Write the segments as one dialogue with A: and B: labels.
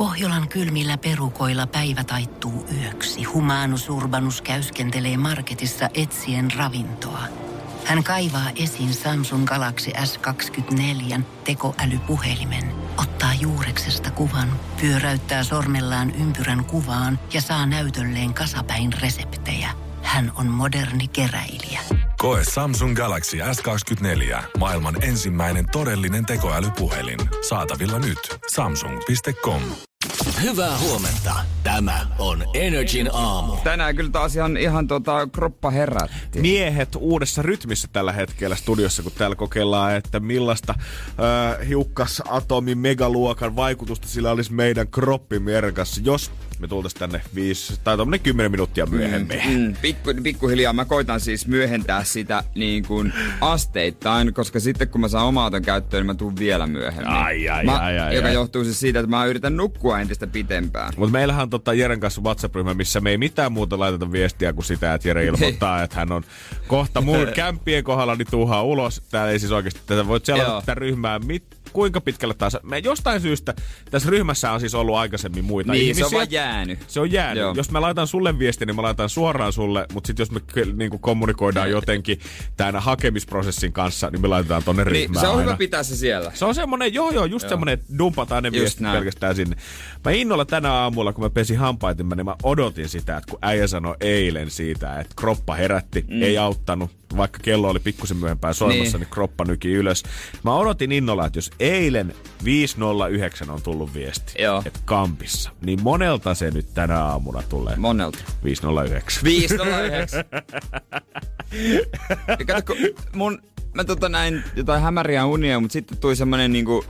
A: Pohjolan kylmillä perukoilla päivä taittuu yöksi. Humanus Urbanus käyskentelee marketissa etsien ravintoa. Hän kaivaa esiin Samsung Galaxy S24 tekoälypuhelimen, ottaa juureksesta kuvan, pyöräyttää sormellaan ympyrän kuvaan ja saa näytölleen kasapäin reseptejä. Hän on moderni keräilijä.
B: Koe Samsung Galaxy S24. Maailman ensimmäinen todellinen tekoälypuhelin. Saatavilla nyt. Samsung.com.
C: Hyvää huomenta. Tämä on Energin aamu.
D: Tänään kyllä taas ihan kroppa herätti.
E: Miehet uudessa rytmissä tällä hetkellä studiossa, kun täällä kokeillaan, että millaista hiukkasatomin megaluokan vaikutusta sillä olisi meidän kroppimerkassa, jos me tultaisiin tänne 10 minuuttia myöhemmin.
D: Pikkuhiljaa mä koitan siis myöhentää sitä niin kuin asteittain, koska sitten kun mä saan oman auton käyttöön, niin mä tuun vielä myöhemmin. Joka johtuu siis siitä, että mä yritän nukkua entistä pitempään.
E: Mutta meillähän on Jeren kanssa WhatsApp-ryhmä, missä me ei mitään muuta laiteta viestiä kuin sitä, että Jere ilmoittaa, että hän on kohta mun kämppien kohdalla, niin tuuhaa ulos. Täällä ei siis oikeasti, tätä voit selata tätä ryhmää kuinka pitkälle taas. Me jostain syystä tässä ryhmässä on siis ollut aikaisemmin muita ihmisiä.
D: Se on vaan jäänyt.
E: Se on jäänyt. Joo. Jos mä laitan sulle viestin, niin mä laitan suoraan sulle, mutta sitten jos me niinku kommunikoidaan jotenkin tämän hakemisprosessin kanssa, niin me laitetaan tonne ryhmään.
D: Se on
E: aina.
D: Hyvä pitää se siellä.
E: Se on semmonen, semmonen, että dumpataan ne viestit pelkästään sinne. Mä innolla tänä aamulla, kun mä pesin hampaitimme, niin mä odotin sitä, että kun äijä sanoi eilen siitä, että kroppa herätti, ei auttanut. Vaikka kello oli pikkusen myöhempään soimassa, niin kroppa nyki ylös. Mä odotin innolla, että jos eilen 5.09 on tullut viesti, että kampissa, niin monelta se nyt tänä aamuna tulee.
D: Monelta.
E: 5.09.
D: 5.09. Kato, mä näin jotain hämäriä unia, mutta sitten tuli semmonen niinku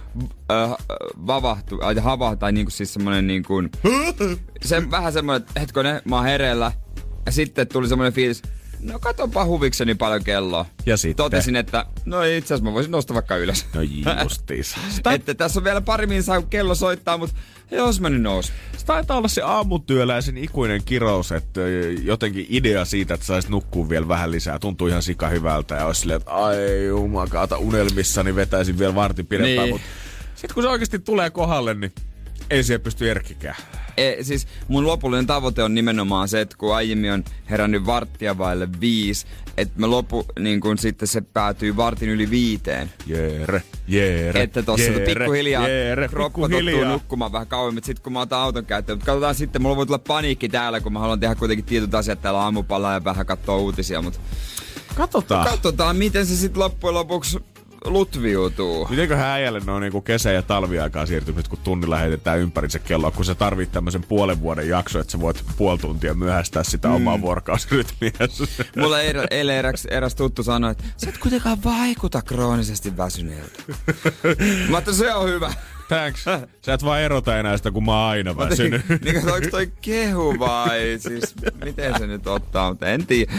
D: tai niinku siis semmonen niinku vähän semmonen, että hetkonen, mä oon hereillä. Ja sitten tuli semmonen fiilis, no katonpa huvikseni paljon kelloa.
E: Ja sitten
D: totesin, että no itse asiassa mä voisin nostaa vaikka ylös.
E: No justiis.
D: Että tässä on vielä pari minsaa, kun kello soittaa, mutta jos mä nyt nousin.
E: Se taitaa olla se aamutyöläisen ikuinen kirous, että jotenkin idea siitä, että sais nukkua vielä vähän lisää. Tuntuu ihan sika hyvältä ja olisi silleen, että ai jumakaata unelmissani vetäisin vielä vartin pidempään. Niin. Mutta sitten kun se oikeasti tulee kohdalle, niin ei siihen pysty järkkikään.
D: Siis mun lopullinen tavoite on nimenomaan se, että kun aiemmin on herännyt 4:05, että mä niin kun sitten se päätyy 4:05.
E: Jere.
D: Että tossa pikkuhiljaa kroppa tottuu nukkumaan vähän kauemmin, sitten kun mä otan auton käyttöön. Mutta katsotaan sitten, mulla voi tulla paniikki täällä, kun mä haluan tehdä kuitenkin tietyt asiat täällä aamupalaa ja vähän katsoa uutisia. Mutta katsotaan, miten se sitten loppujen lopuksi lutviutuu.
E: Mitenköhän äijälle ne on niinku kesä- ja talviaikaan siirtynyt, kun tunnilla heitetään ympärinsä kelloa, kun sä tarvit tämmöisen puolen vuoden jakso, että sä voit puoli tuntia myöhästää sitä omaa vuorokausirytmiä.
D: Mulla eilen eräs tuttu sanoi, että sä et kuitenkaan vaikuta kroonisesti väsyneeltä. Mä ajattelin, se on hyvä.
E: Thanks. Sä et vaan erota enää sitä, kun mä oon aina väsynyt.
D: Niin, onko toi kehu vai? Siis miten se nyt ottaa, mutta en tiedä.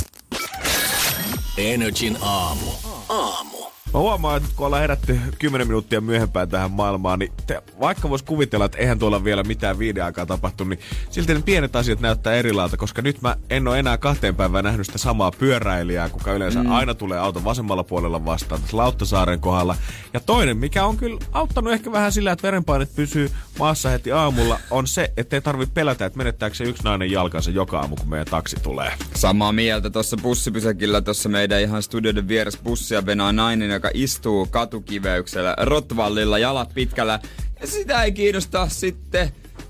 C: Energin aamu.
E: Mä huomaan, että kun ollaan herätty 10 minuuttia myöhempään tähän maailmaan, niin vaikka vois kuvitella, että eihän tuolla vielä mitään 5 aikaa tapahtunut, niin silti ne pienet asiat näyttää erilaiselta, koska nyt mä en ole enää 2 päivään nähnyt sitä samaa pyöräilijää, kuka yleensä aina tulee auton vasemmalla puolella vastaan tässä Lauttasaaren kohdalla. Ja toinen, mikä on kyllä auttanut ehkä vähän sillä, että verenpainet pysyy maassa heti aamulla, on se, ettei tarvitse pelätä, että menettääkö se yksi nainen jalkansa joka aamu, kun meidän taksi tulee.
D: Samaa mieltä tuossa bussipysäkillä, tuossa meidän ihan studioiden vieressä bussia venaa nainen, joka istuu katukiveyksellä, rotvallilla, jalat pitkällä. Ja sitä ei kiinnosta sitten.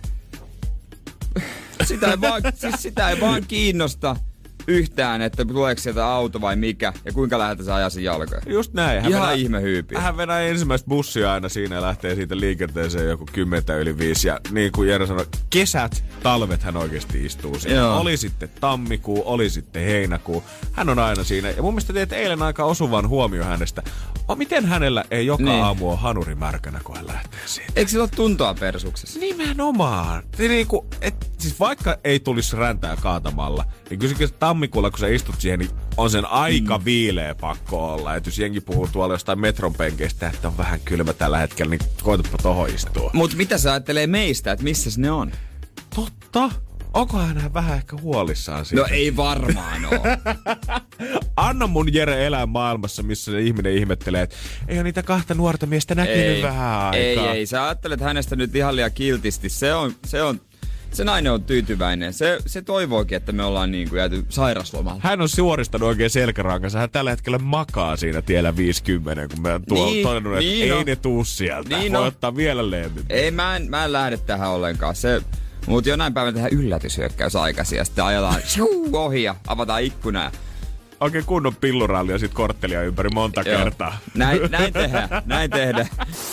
D: Sitä ei vaan kiinnosta yhtään, että tuleeko sieltä auto vai mikä, ja kuinka lähdetään se ajaa sen jalkoja.
E: Just näin.
D: Ihan ihme hyypiä.
E: Hän venää ensimmäistä bussia aina siinä ja lähtee siitä liikenteeseen joku 10:05. Ja niin kuin Jere sanoi, kesät, talvet hän oikeasti istuu siinä. Joo. Oli sitten tammikuu, oli sitten heinäkuu. Hän on aina siinä. Ja mun mielestä teet eilen aika osuvan huomio hänestä. Miten hänellä ei joka aamu ole hanuri märkänä, kun hän lähtee siitä?
D: Eikö sillä ole tuntoa persuksessa?
E: Nimenomaan. Siis vaikka ei tulisi räntää kaatamalla, niin kyllä tammikuulla, kun sä istut siihen, niin on sen aika viileä pakko olla. Et jos jengi puhuu tuolla jostain metron penkeistä, että on vähän kylmä tällä hetkellä, niin koitapa tohon istua.
D: Mut mitä sä ajattelee meistä, että missä ne on?
E: Totta. onkohan hän vähän ehkä huolissaan siitä?
D: No ei varmaan oo.
E: Anna mun Jere elää maailmassa, missä se ihminen ihmettelee, että ei ole niitä kahta nuorta miestä näkynyt vähän aikaa.
D: Ei. Sä ajattelet hänestä nyt ihan liian kiltisti. Se nainen on tyytyväinen. Se toivookin, että me ollaan niin kuin jääty sairaslomalle.
E: Hän on suoristanut oikein selkärankansa. Hän tällä hetkellä makaa siinä tiellä 50, kun me on todennut, että ei ne tuu sieltä. Voi ottaa vielä leemmin.
D: Ei, mä en lähde tähän ollenkaan. Mutta jonain päivänä tehdään yllätyshyökkäys aikaisin ja sitten ajellaan ohi ja avataan ikkuna.
E: Oikein kunnon pilluralli ja sit korttelia ympäri monta kertaa.
D: Näin tehdään.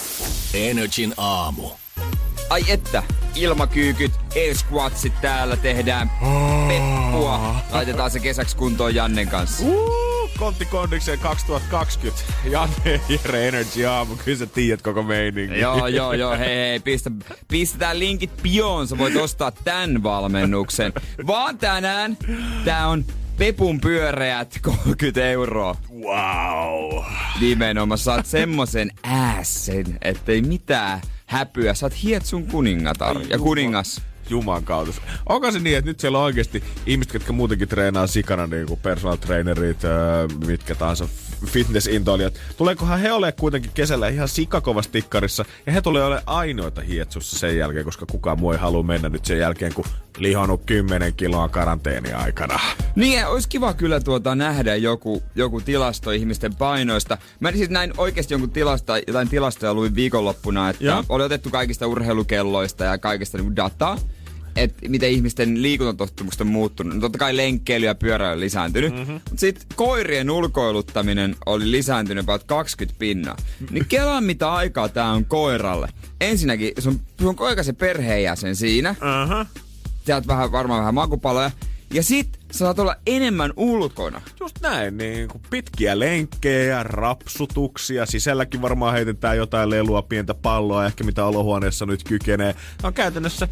C: Energin aamu.
D: Ai että, ilmakyykyt, air squatsit täällä tehdään peppua. Laitetaan se kesäksi kuntoon Jannen kanssa.
E: Kontti Kondikseen 2020. Janne Jere Energy aamu. Kyllä sä tiedät koko meininki.
D: Joo. Hei. Pistetään linkit pioon. Sä voit ostaa tän valmennuksen. Vaan tänään tää on Pepun pyöreät 30 €.
E: Wow.
D: Nimenomaan saat semmosen äässen, ettei mitään häpyä. Sä oot Hietsun kuningatar ja kuningas.
E: Juman kautta. Onko se niin, että nyt siellä on oikeasti ihmiset, jotka muutenkin treenaa sikana, niin kuin personal trainerit, mitkä tahansa fitnessintoilijat. Tuleekohan he ole kuitenkin kesällä ihan sikakovassa tikkarissa, ja he tulee olemaan ainoita Hietsussa sen jälkeen, koska kukaan muu ei halua mennä nyt sen jälkeen, kun lihonnut 10 kiloa karanteeni aikana.
D: Niin, olisi kiva kyllä nähdä joku tilasto ihmisten painoista. Mä siis näin oikeasti jotain tilastoja luin viikonloppuna, että oli otettu kaikista urheilukelloista ja kaikista niinku dataa, että miten ihmisten liikuntatottumukset on muuttunut. No, totta kai lenkkeily ja pyöräily on lisääntynyt. Mutta sitten koirien ulkoiluttaminen oli lisääntynyt about 20%. Niin kelaa mitä aikaa tää on koiralle. Ensinnäkin, sun koira se perheenjäsen siinä. Sieltä varmaan vähän makupaloja. Ja sit sä saat olla enemmän ulkona.
E: Just näin, niin kuin pitkiä lenkkejä, rapsutuksia. Sisälläkin varmaan heitetään jotain lelua, pientä palloa, ehkä mitä olohuoneessa nyt kykenee. On käytännössä...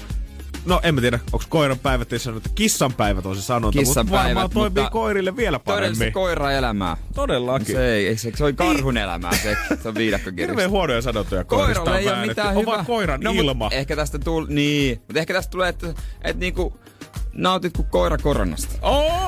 E: No en mä tiedä, onko koiran päivät ei sanonut, että kissan päivät on se sanonta, mutta varmaan toimii koirille vielä paremmin.
D: Todellista koira-elämää.
E: Todellakin.
D: Se on karhun elämää, se on viidakkokirjasta.
E: Hirveen huonoja sanontoja koirista on
D: ei ole mitään hyvää.
E: On vaan koiran ilma.
D: Ehkä tästä tulee, että niinku nautit kuin koira koronasta.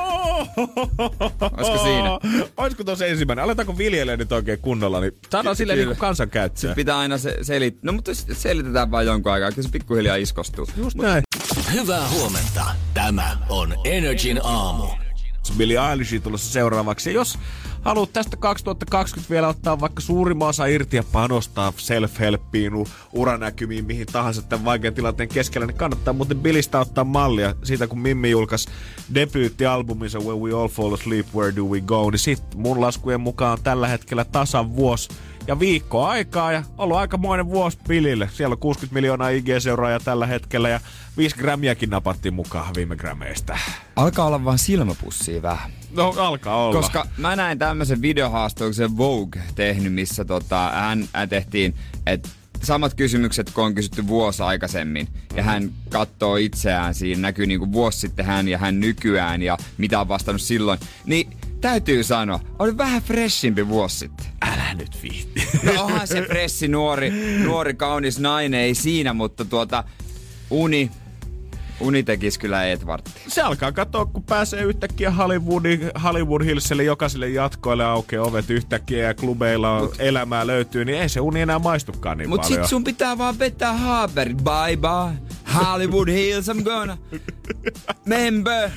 D: Olisiko siinä?
E: Olisiko tuossa ensimmäinen? Aletaanko viljelee nyt oikein kunnolla, niin saadaan silleen niinku kansankäyttöä.
D: Pitää aina selittää. No mutta selitetään vaan jonkun aikaa, kyllä se pikkuhiljaa iskostuu.
E: Just näin.
C: Hyvää huomenta. Tämä on Energin aamu.
E: Billie Eilish tulossa seuraavaksi. Ja jos haluat tästä 2020 vielä ottaa vaikka suurimman osa irti ja panostaa self-helppiin, uranäkymiin, mihin tahansa tämän vaikean tilanteen keskellä, niin kannattaa muuten Billistä ottaa mallia. Siitä kun Mimmi julkaisi debyyttialbuminsa When We All Fall Asleep, Where Do We Go, niin sit mun laskujen mukaan tällä hetkellä tasan vuosi ja viikko aikaa ja ollut aikamoinen vuosi Billille. Siellä on 60 miljoonaa IG-seuraajaa tällä hetkellä ja 5 grammiakin napattiin mukaan viime grämeistä.
D: Alkaa olla vaan silmäpussia vähän.
E: No alkaa olla.
D: Koska mä näin tämmöisen videohaastauksen Vogue tehnyt, missä hän tehtiin, että samat kysymykset, kun on kysytty vuosi aikaisemmin. Ja hän katsoo itseään siinä, näkyy niinku vuosi sitten hän ja hän nykyään ja mitä on vastannut silloin. Niin täytyy sanoa, oli vähän freshimpi vuosi sitten.
E: Älä nyt viitti.
D: No onhan se freshi nuori kaunis nainen, ei siinä, mutta uni tekisi kyllä Edwardti.
E: Se alkaa katsoa, kun pääsee yhtäkkiä Hollywood Hillsille jokaiselle jatkoille aukeaa ovet yhtäkkiä ja klubeilla elämää löytyy, niin ei se uni enää maistukaan niin paljon.
D: Mut sit sun pitää vaan vetää haaverit. Bye bye. Hollywood Hills, I'm gonna remember.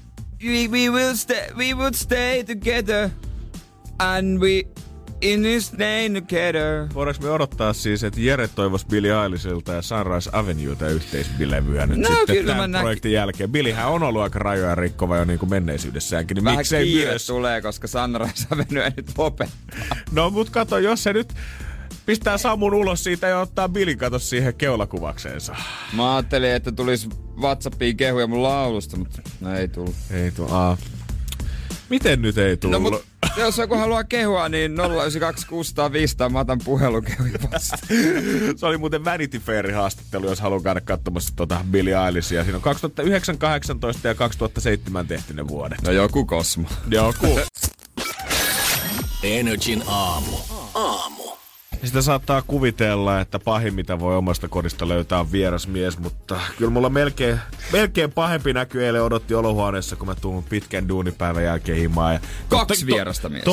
D: We would stay together. And we in this name together.
E: Voidaanko me odottaa siis, että Jere toivoisi Billie Eilishilta ja Sunrise Avenuelta yhteisbilevyä nyt sitten tämän projektin jälkeen? Billyhän on ollut aika rajoja rikkova jo niin kuin menneisyydessäänkin. Niin
D: vähän kiire tulee, koska Sunrise Avenue nyt lopettaa.
E: No mut kato, jos se nyt pistää Samun ulos siitä ja ottaa Billin kato siihen keulakuvakseensa.
D: Mä ajattelin, että tulisi WhatsAppiin kehuja mun laulusta, mutta no ei tullut.
E: Ei tullut. Miten nyt ei tullut?
D: No, mutta jos joku haluaa kehua, niin 092 600 500 mä otan puhelukehuja vasta.
E: Se oli muuten Vanity Fairin haastattelu, jos haluaa käydä katsomassa Billie Eilishia. Siinä on 2009, 2018 ja 2007 tehty ne vuodet.
D: No joku Kosmo.
E: Joku.
C: Energin aamu.
E: Sitä saattaa kuvitella, että pahin mitä voi omasta kodista löytää on vieras mies, mutta kyllä mulla melkein pahempi näky eilen odotti olohuoneessa, kun mä tuun pitkän duunipäivän jälkeen himaan. Ja
D: 2 vierasta miestä.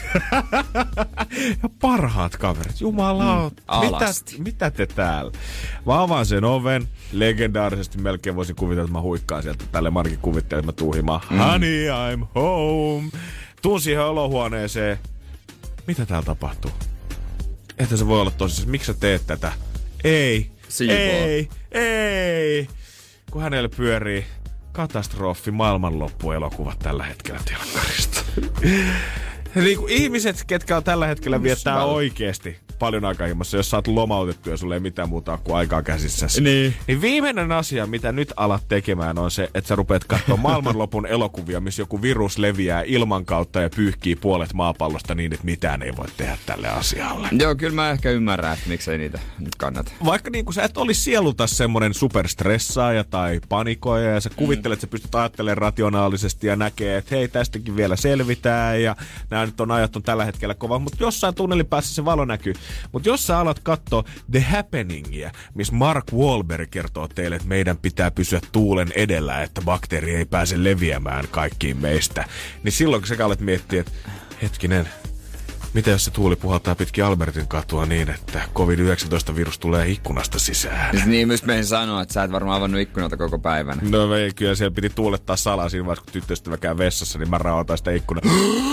E: Ja parhaat kaverit, jumalauta. Mitä te täällä? Mä avaan sen oven, legendaarisesti melkein voisin kuvitella, että mä huikkaan sieltä. Tälle Markin kuvittelee, että mä tuun himaan. Honey, I'm home. Tuun siihen olohuoneeseen. Mitä täällä tapahtuu? Että se voi olla tosissaan. Miksi sä teet tätä? Ei. Kun hänelle pyörii katastrofi maailmanloppuelokuvat tällä hetkellä telkkarista. Eli kun ihmiset, ketkä on tällä hetkellä viettää oikeesti paljon aikaa ilmassa, jos sä oot lomautettu ja sulla ei mitään muuta kuin aikaa käsissäsi. Niin viimeinen asia, mitä nyt alat tekemään, on se, että sä rupeat katsoa maailmanlopun elokuvia, missä joku virus leviää ilman kautta ja pyyhkii puolet maapallosta niin, että mitään ei voi tehdä tälle asialle.
D: Joo, kyllä mä ehkä ymmärrän, että miksei niitä nyt kannata.
E: Vaikka niin kun sä et olisi sielultas semmonen superstressaaja tai panikoija ja sä kuvittelet, että sä pystyt ajattelemaan rationaalisesti ja näkee, että hei, tästäkin vielä selvitään ja nämä nyt on ajat on tällä hetkellä kova, mutta jossain tunnelin päässä se valo näkyy. Mutta jos sä alat katsoa The Happeningia, missä Mark Wahlberg kertoo teille, että meidän pitää pysyä tuulen edellä, että bakteeri ei pääse leviämään kaikkiin meistä, niin silloin kun sä alat miettiä, että hetkinen, mitä jos se tuuli puhaltaa pitkin Albertin katua niin, että COVID-19-virus tulee ikkunasta sisään?
D: Niin, myös meidän sanoa, että sä et varmaan avannut ikkunalta koko päivänä.
E: No ei, kyllä siellä piti tuulettaa salaa siinä vaiheessa, kun tyttöystävä käy vessassa, niin mä raotan sitä ikkunaa.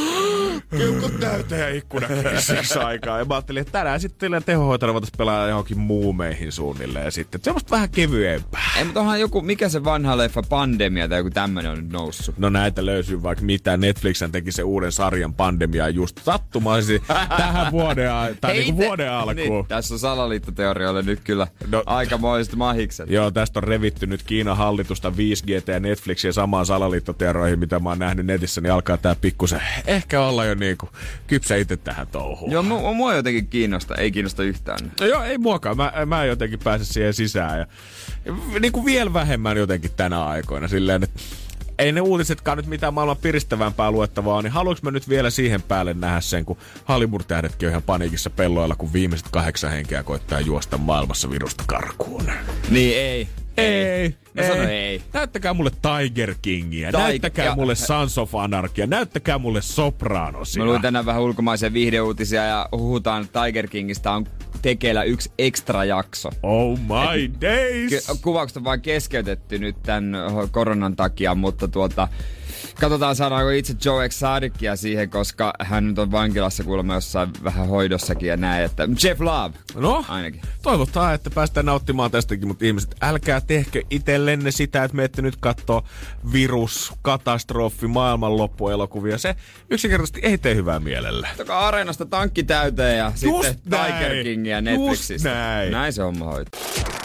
E: Keukot täyteen ja ikkuna siksi aikaa. Ja mä ajattelin, että tänään sitten tehohoitona voitaisiin pelaa johonkin muumeihin suunnilleen. Ja sitten semmoista vähän kevyempää.
D: Ei, mutta onhan joku, mikä se vanha leffa Pandemia tai joku tämmönen on nyt noussut.
E: No näitä löysyy vaikka mitä. Netflixhän teki sen uuden sarjan Pandemiaa just sattumaisesti tähän vuoden alkuun.
D: Niin, tässä on salaliittoteorioille nyt kyllä aikamoiset mahikset.
E: Joo, tästä on revitty nyt Kiinan hallitusta 5G:tä ja Netflixiä samaan salaliittoteorioihin, mitä mä oon nähnyt netissä, niin alkaa tää pikkusen ehkä olla jo niinku kypsä itse tähän touhuun.
D: Joo, mua jotenkin ei kiinnosta yhtään.
E: No joo, ei muakaan. Mä en jotenkin pääse siihen sisään. Ja niinku vielä vähemmän jotenkin tänä aikoina. Silleen, että ei ne uutisetkaan nyt mitään maailman piristävämpää luettavaa, niin haluanko mä nyt vielä siihen päälle nähdä sen, kun Hollywood-tähdetkin on ihan paniikissa pelloilla, kun viimeiset 8 henkeä koittaa juosta maailmassa virusta karkuun.
D: Niin ei.
E: Mä sanon ei. Näyttäkää mulle Tiger Kingia, näyttäkää mulle Sons of Anarchia, näyttäkää mulle Sopranosia.
D: Mä luin tänään vähän ulkomaisia viihdeuutisia ja huhutaan Tiger Kingistä on tekeillä 1 ekstra jakso.
E: Oh my days!
D: Kuvaukset on vain keskeytetty nyt tämän koronan takia, mutta katsotaan saadaanko itse Joe Exoticia siihen, koska hän nyt on vankilassa kuulemma jossain vähän hoidossakin ja näin, että Jeff Love ainakin.
E: Toivotaan, että päästään nauttimaan tästäkin, mutta ihmiset, älkää tehkö itsellenne sitä, että menette nyt katsoo virus, katastrofi, maailmanloppuelokuvia. Se yksinkertaisesti ei tee hyvää mielelle.
D: Toka Areenasta tankki täyteen ja sitten Tiger Kingia Netflixistä. Näin se homma hoituu.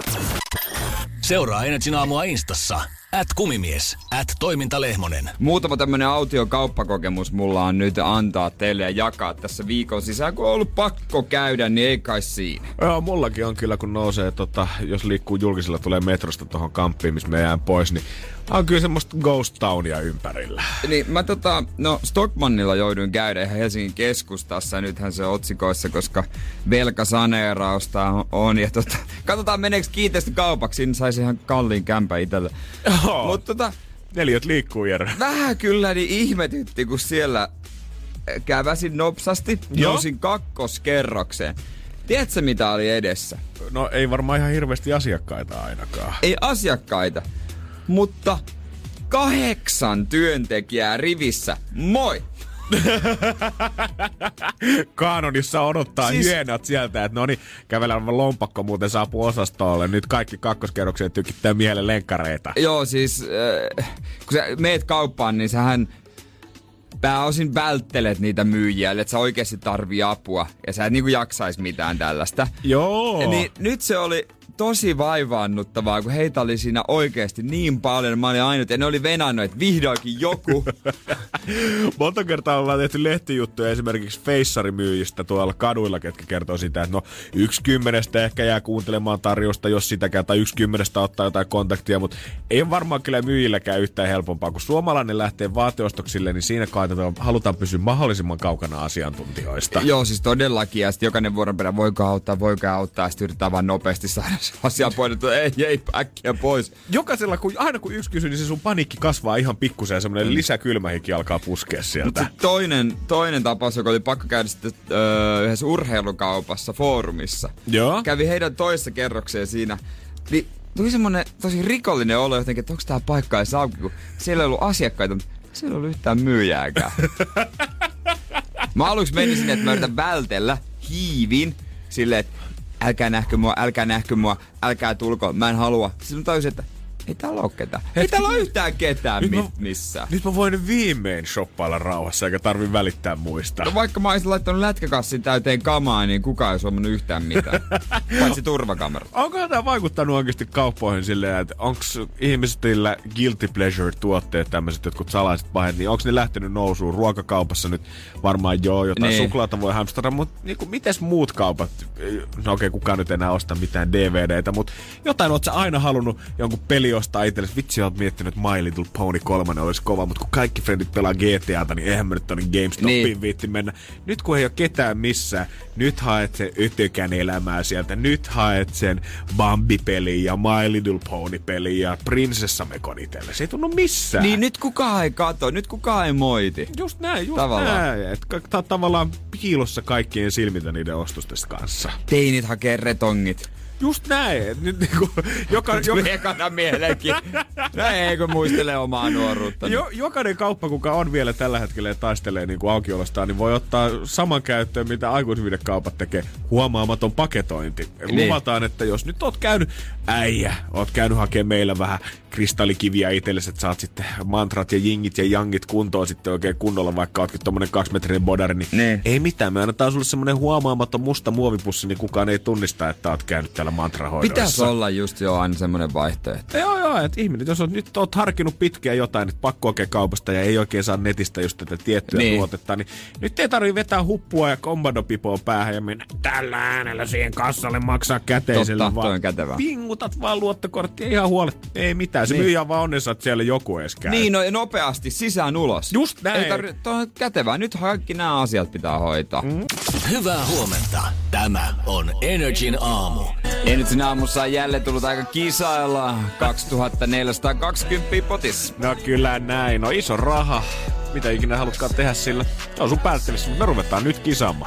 C: Seuraa Energin aamua Instassa. @kumimies, @toimintalehmonen.
D: Muutama tämmönen autiokauppakokemus mulla on nyt antaa teille ja jakaa tässä viikon sisään. Kun on ollut pakko käydä, niin ei kai siinä.
E: Joo, mullakin on kyllä, kun nousee, jos liikkuu julkisella, tulee metrosta tohon kamppiin, missä me jään pois, niin on kyllä semmoista ghost townia ympärillä.
D: Niin mä Stockmannilla jouduin käydä ihan Helsingin keskustassa, ja nythän se otsikoissa, koska velkasaneerausta on, ja katsotaan meneekö kiinteistökaupaksi, siinä saisi ihan kalliin kämpä itselle. Mutta
E: neliöt liikkuu, Jere.
D: Vähän kyllä niin ihmetytti, kun siellä käväsin nopsasti, nousin 2. kerrokseen. Tiedätkö, mitä oli edessä?
E: No ei varmaan ihan hirveästi asiakkaita ainakaan.
D: Ei asiakkaita, mutta 8 työntekijää rivissä. Moi!
E: Kaanonissa odottaa hyönät sieltä, että no niin, kävelevä lompakko muuten saapuu osastolle. Nyt kaikki 2. kerrokseen tykittää mielen lenkkareita.
D: Joo, siis kun sä meet kauppaan, niin sähän pääosin välttelet niitä myyjiä, että sä oikeasti tarvii apua ja sä et niinku jaksais mitään tällaista.
E: Joo.
D: Niin nyt se oli tosi vaivaannuttavaa, kun heitä oli siinä oikeasti niin paljon. Mä olin ainut, ja ne oli venannut, että vihdoinkin joku.
E: Monta kertaa ollaan tehty lehtijuttuja esimerkiksi feissarimyyjistä tuolla kaduilla, ketkä kertoo sitä, että 1/10 ehkä jää kuuntelemaan tarjousta, jos sitäkään, tai 1/10 ottaa jotain kontaktia, mutta ei ole varmaan kyllä myyjilläkään yhtään helpompaa. Kun suomalainen lähtee vaateostoksille, niin siinä halutaan pysyä mahdollisimman kaukana asiantuntijoista.
D: Joo, siis todellakin, ja sitten jokainen vuoron perään voiko auttaa, ja sitten yritetään vaan nopeasti saada se asia pohdittua, ei, äkkiä pois.
E: Jokaisella, aina kun yksi kysyy, niin se sun paniikki kasvaa ihan pikkusen ja semmoinen lisäkylmähiki alkaa puskea sieltä.
D: Mutta toinen tapaus, joka oli pakko käydä sitten yhdessä urheilukaupassa foorumissa.
E: Joo.
D: Kävi heidän toisessa kerrokseen siinä. Tuli semmonen tosi rikollinen olo jotenkin, että onko tää paikka edes auki, kun siellä ei ollut asiakkaita, mutta siellä ei ollut yhtään myyjääkään. Mä aluksi menin sinne, että mä yritän vältellä, hiivin silleen, että älkää nähkö mua, älkää tulko, mä en halua. Sitten tajusin, että ei täällä ole ketään. Ei täällä ole yhtään ketään missään.
E: Nyt mä voin viimein shoppailla rauhassa, eikä tarvi välittää muista.
D: No vaikka mä olisin laittanut lätkäkassin täyteen kamaa, niin kukaan ei suomannut yhtään mitään. Paitsi turvakamera.
E: Onko tämä vaikuttanut oikeasti kauppoihin silleen, että onko ihmisillä guilty pleasure-tuotteet, tämmöiset jotkut salaiset pahet, niin onko ne lähtenyt nousuun ruokakaupassa nyt? Varmaan joo, jotain suklaata voi hamstata, mutta niin mites muut kaupat? No okei, kukaan nyt enää osta mitään DVDtä, mutta jotain oot sä aina halunnut jonkun peli ostaa itsellesi. Vitsi, olet miettinyt, että My Little Pony 3 olisi kova, mutta kun kaikki frendit pelaa GTAta, niin eihän mä nyt tonne GameStopiin viitti mennä. Nyt kun ei ole ketään missään, nyt haet sen Ytökän elämää sieltä, nyt haet sen Bambi-peliin ja My Little Pony-peliin ja Prinsessamekon itselle. Se ei tunnu missään.
D: Niin nyt kukaan ei katso, nyt kukaan ei moiti.
E: Just näin. Että tavallaan piilossa kaikkien silmiltä niiden ostusten kanssa.
D: Teinit hakee retongit.
E: Just näin. Nyt niinku joka
D: ekana mielenkin. No eikö muistele omaa nuoruutta.
E: Jokainen kauppa, kuka on vielä tällä hetkellä ja taistelee niinku aukiolostaan, niin voi ottaa saman käyttöön, mitä aikuisviidekaupat tekee. Huomaamaton paketointi. Niin. Luvataan, että jos nyt oot käynyt hakemaan meillä vähän kristallikiviä itsellesi, että saat sitten mantrat ja jingit ja jangit kuntoon sitten oikein kunnolla, vaikka ootkin tommonen 2-metrinen bodari, niin ei mitään. Me annetaan sulle semmonen huomaamaton musta muovipussi, niin kukaan ei tunnista, että oot käynyt täällä mantrahoidoissa.
D: Pitäisi olla just aina semmonen vaihtoehto.
E: Joo, että ihminen, jos nyt oot harkinnut pitkään jotain, että pakko oikein kaupasta ja ei oikein saa netistä just tätä tiettyä tuotetta, niin nyt ei tarvitse vetää huppua ja kombandopipoa päähän ja mennä tällä äänellä siihen kassalle maksaa käteisellä.
D: Totta, toi on kätevää.
E: Pingutat vaan luottokorttia, ihan huolet, ei mitään. Se myyjä vaan onnessa, että siellä joku edes käy.
D: Niin, nopeasti sisään ulos.
E: Just näin.
D: Toi on kätevää. Nyt kaikki nämä asiat pitää hoitaa.
C: Hyvää huomenta. Tämä on Energin aamu.
D: Energin aamussa on jälleen tullut aika kisailla. 2420 potis.
E: No kyllä näin. No iso raha. Mitä ikinä halutkaan tehdä sillä? Se on sun päättävissä, mutta me ruvetaan nyt kisaamaan.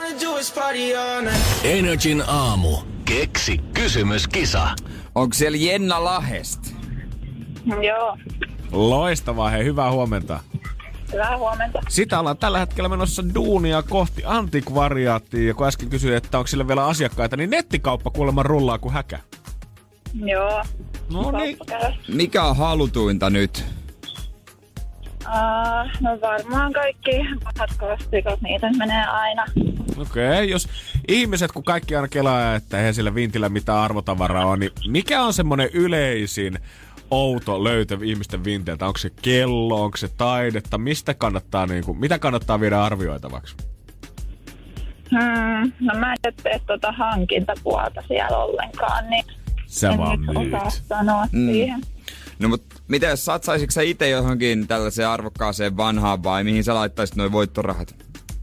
C: Energin aamu. Keksi kysymyskisa.
D: Onko siellä Jenna Lahesta?
F: Joo.
E: Loistavaa, hei, hyvää huomenta.
F: Hyvää huomenta.
E: Sitä ollaan tällä hetkellä menossa duunia kohti antikvariaattia. Ja kun äsken kysyin, että onko sillä vielä asiakkaita, niin nettikauppa kuulemma rullaa kuin häkä.
F: Joo.
E: No niin.
D: Mikä on halutuinta nyt?
F: No varmaan kaikki pahat kastikot, niitä menee aina.
E: Okei, jos ihmiset, kun kaikki aina kelaa, että eihän sillä vintillä mitään arvotavaraa on, niin mikä on semmoinen yleisin outo löytö ihmisten vinteiltä? Onko se kello, onko se taidetta? Mitä kannattaa viedä arvioitavaksi?
F: No mä en tee hankintapuolta siellä ollenkaan, niin
E: sä vaan
F: myyt. Osaa sanoa siihen.
D: No mut mitä jos satsaisitko sä itse johonkin tällaiseen arvokkaaseen vanhaan vai mihin sä laittaisit noi voittorahat?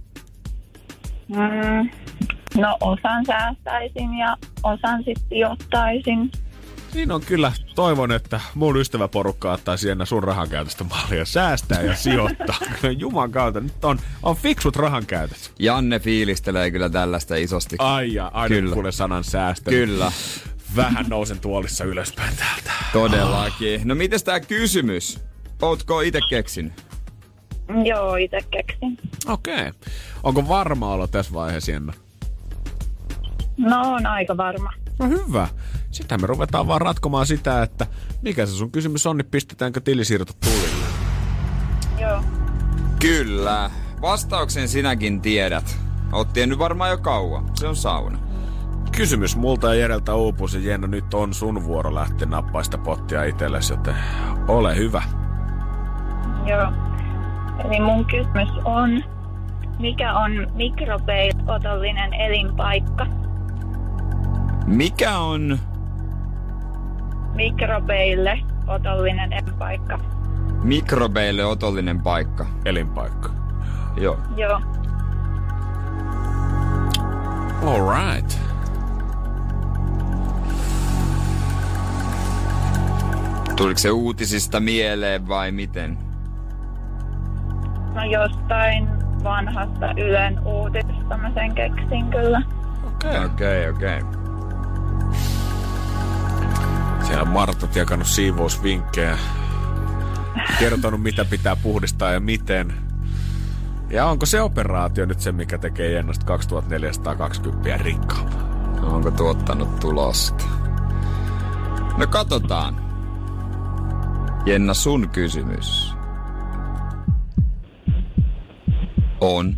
F: No osan säästäisin ja osan sitten ottaisin.
E: Siinä on kyllä, toivon, että mun ystäväporukka ottaa siellä sun rahankäytöstä mallia. Säästää ja sijoittaa. Juman kautta, nyt on fiksut rahankäytöt.
D: Janne fiilistelee kyllä tällaista isosti.
E: Aina kuule sanan säästely.
D: Kyllä.
E: Vähän nousen tuolissa ylöspäin täältä.
D: Todellakin. No mites tää kysymys? Ootko ite keksinyt?
F: Joo, ite keksin.
E: Okei. Onko varma olo tässä vaiheessa, Jenna?
F: No on aika varma.
E: No hyvä. Sitten me ruvetaan vaan ratkomaan sitä, että mikä se sun kysymys on, niin pistetäänkö tilisiirto tulille?
F: Joo.
D: Kyllä. Vastauksen sinäkin tiedät. Oot tiennyt varmaan jo kauan. Se on sauna.
E: Kysymys multa ja Jereltä uupus ja Jenna, nyt on sun vuoro lähteä nappaista pottia itsellesi, joten ole hyvä.
F: Joo. Eli mun kysymys on, mikä on mikrobeille-otollinen elinpaikka?
D: Mikä on
F: Mikrobeille-otollinen elinpaikka.
D: mikrobeille otollinen paikka?
E: Elinpaikka.
D: Joo.
F: Joo.
E: All right.
D: Tuliko se uutisista mieleen vai miten?
F: No jostain vanhasta Ylen uutisesta mä sen keksin kyllä.
D: Okei.
E: Siellä on Martat jakanut siivousvinkkejä. Kertonut mitä pitää puhdistaa ja miten. Ja onko se operaatio nyt se, mikä tekee Jennasta 2420 rikkaampaa?
D: Onko tuottanut tulosta? No katsotaan. Jenna, sun kysymys on...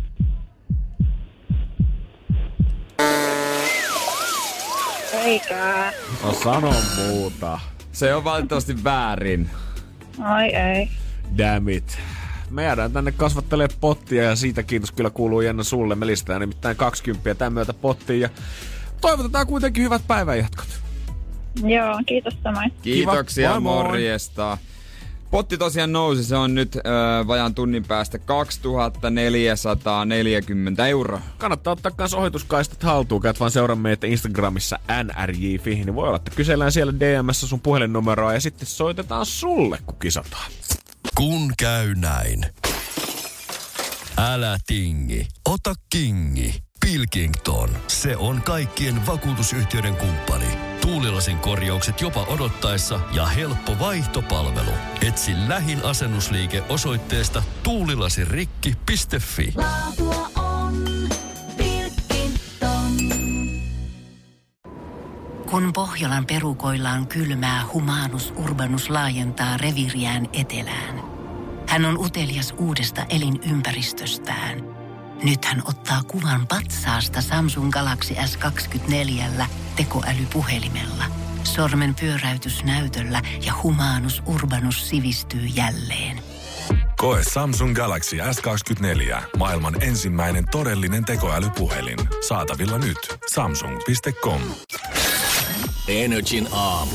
F: Eikä.
E: No sano muuta.
D: Se on valitettavasti väärin.
F: Ai ei.
E: Damn it. Me jäädään tänne kasvattelee pottia ja siitä kiitos kyllä kuuluu Jenna sulle. Me lisätään nimittäin 20 tämän myötä pottiin ja toivotetaan kuitenkin hyvät päivänjatkot.
F: Joo, kiitos samoin.
D: Kiitoksia,
E: Kiva. Moi.
D: morjesta. Potti tosiaan nousi, se on nyt vajaan tunnin päästä 2440 €.
E: Kannattaa ottaa kans ohituskaistat haltuun. Käyt vaan seuraa meitä Instagramissa nrj.fi, niin voi olla, että kysellään siellä DM:ssä sun puhelinnumeroa ja sitten soitetaan sulle, kun kisataan.
C: Kun käy näin. Älä tingi, ota kingi. Pilkington, se on kaikkien vakuutusyhtiöiden kumppani. Tuulilasin korjaukset jopa odottaessa ja helppo vaihtopalvelu. Etsi lähin asennusliike osoitteesta tuulilasirikki.fi.
G: Laatua on Pilkington.
A: Kun Pohjolan perukoillaan kylmää, Humanus Urbanus laajentaa reviiriään etelään. Hän on utelias uudesta elinympäristöstään. Nyt hän ottaa kuvan patsaasta Samsung Galaxy S24 tekoälypuhelimella. Sormen pyöräytys näytöllä ja Humanus Urbanus sivistyy jälleen.
B: Koe Samsung Galaxy S24. Maailman ensimmäinen todellinen tekoälypuhelin. Saatavilla nyt. Samsung.com.
C: Energin aamu.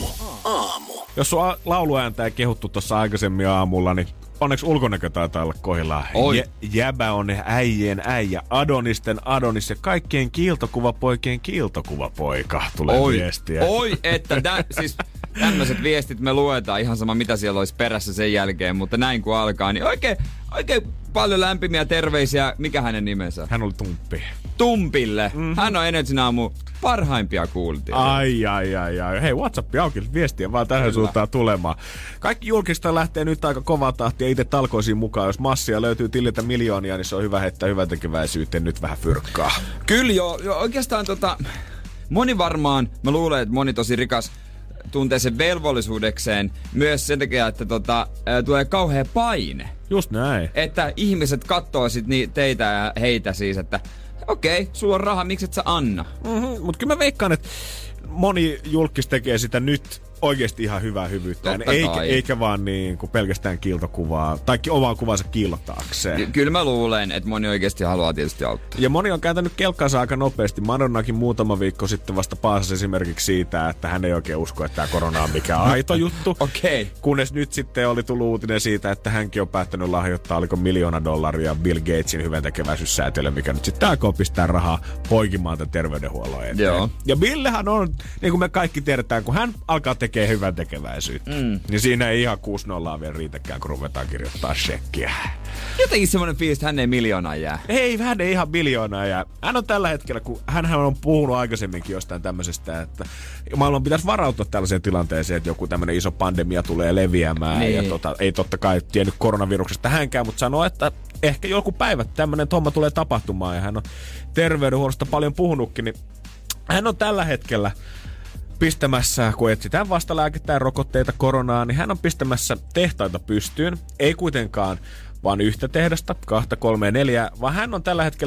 E: Jos sun lauluääntä ei kehuttu tuossa aikaisemmin aamulla, niin onneksi ulkonäkö taitaa olla kohdillaan. Jäbä on äijien äijä, Adonisten Adonis ja kaikkien kiiltokuvapoikien kiiltokuvapoika. Tulee viestiä.
D: Että siis tämmöiset viestit me luetaan ihan sama mitä siellä olisi perässä sen jälkeen, mutta näin kun alkaa, niin oikein paljon lämpimiä terveisiä. Mikä hänen nimensä?
E: Hän oli Tumppi.
D: Tumpille. Mm-hmm. Hän on Energin aamu parhaimpia kuultioita.
E: Ai. Hei, WhatsApp auki, viestiä vaan tähän suuntaan tulemaan. Kaikki julkista lähtee nyt aika kovaa tahtia itse talkoisiin mukaan. Jos massia löytyy tililtä miljoonia, niin se on hyvä heittää hyväntekeväisyyteen nyt vähän fyrkkaa.
D: Kyllä joo. Oikeastaan moni varmaan, mä luulen, että moni tosi rikas tuntee sen velvollisuudekseen myös sen takia, että tulee kauhea paine.
E: Just näin.
D: Että ihmiset kattoo sit teitä ja heitä siis, että okei, sulla on raha, miksi et sä anna?
E: Mm-hmm, mutta kyllä mä veikkaan, että moni julkis tekee sitä nyt oikeasti ihan hyvää hyvyyttään, eikä vaan niin kuin pelkästään kiiltokuvaa, tai oman kuvansa kiillotaakseen.
D: Kyllä mä luulen, että moni oikeasti haluaa tietysti auttaa.
E: Ja moni on kääntänyt kelkkansa aika nopeasti. Madonnakin muutama viikko sitten vasta paasasi esimerkiksi siitä, että hän ei oikein usko, että tämä korona on mikään aito juttu.
D: Okei.
E: Kunnes nyt sitten oli tullut uutinen siitä, että hänkin on päättänyt lahjoittaa, oliko $1 miljoonaa Bill Gatesin hyväntekeväisyyssäätiölle, mikä nyt sitten aikoo pistää rahaa poikimaan tämän terveydenhuollon eteen. Joo. Ja Billehän on, niin kuin me kaikki tiedetään, kun hän alkaa tekee hyvän tekeväisyyttä. Niin siinä ei ihan 6-0 vielä riitäkään, kun ruvetaan kirjoittaa shekkiä.
D: Jotenkin semmoinen fiilis, että hän ei miljoonaa jää.
E: Ei, hän ei ihan miljoonaa jää. Hän on tällä hetkellä, kun hänhän on puhunut aikaisemminkin jostain tämmöisestä, että maailman pitäisi varautua tällaiseen tilanteeseen, että joku tämmöinen iso pandemia tulee leviämään. Niin. Ja ei totta kai tiennyt koronaviruksesta hänkään, mutta sanoo, että ehkä joku päivä tämmöinen homma tulee tapahtumaan. Ja hän on terveydenhuollosta paljon puhunutkin, niin hän on tällä hetkellä pistämässä, kun etsitään vastalääkettä ja rokotteita koronaan, niin hän on pistämässä tehtaita pystyyn. Ei kuitenkaan vaan yhtä tehdasta, 2, 3, 4, vaan hän on tällä hetkellä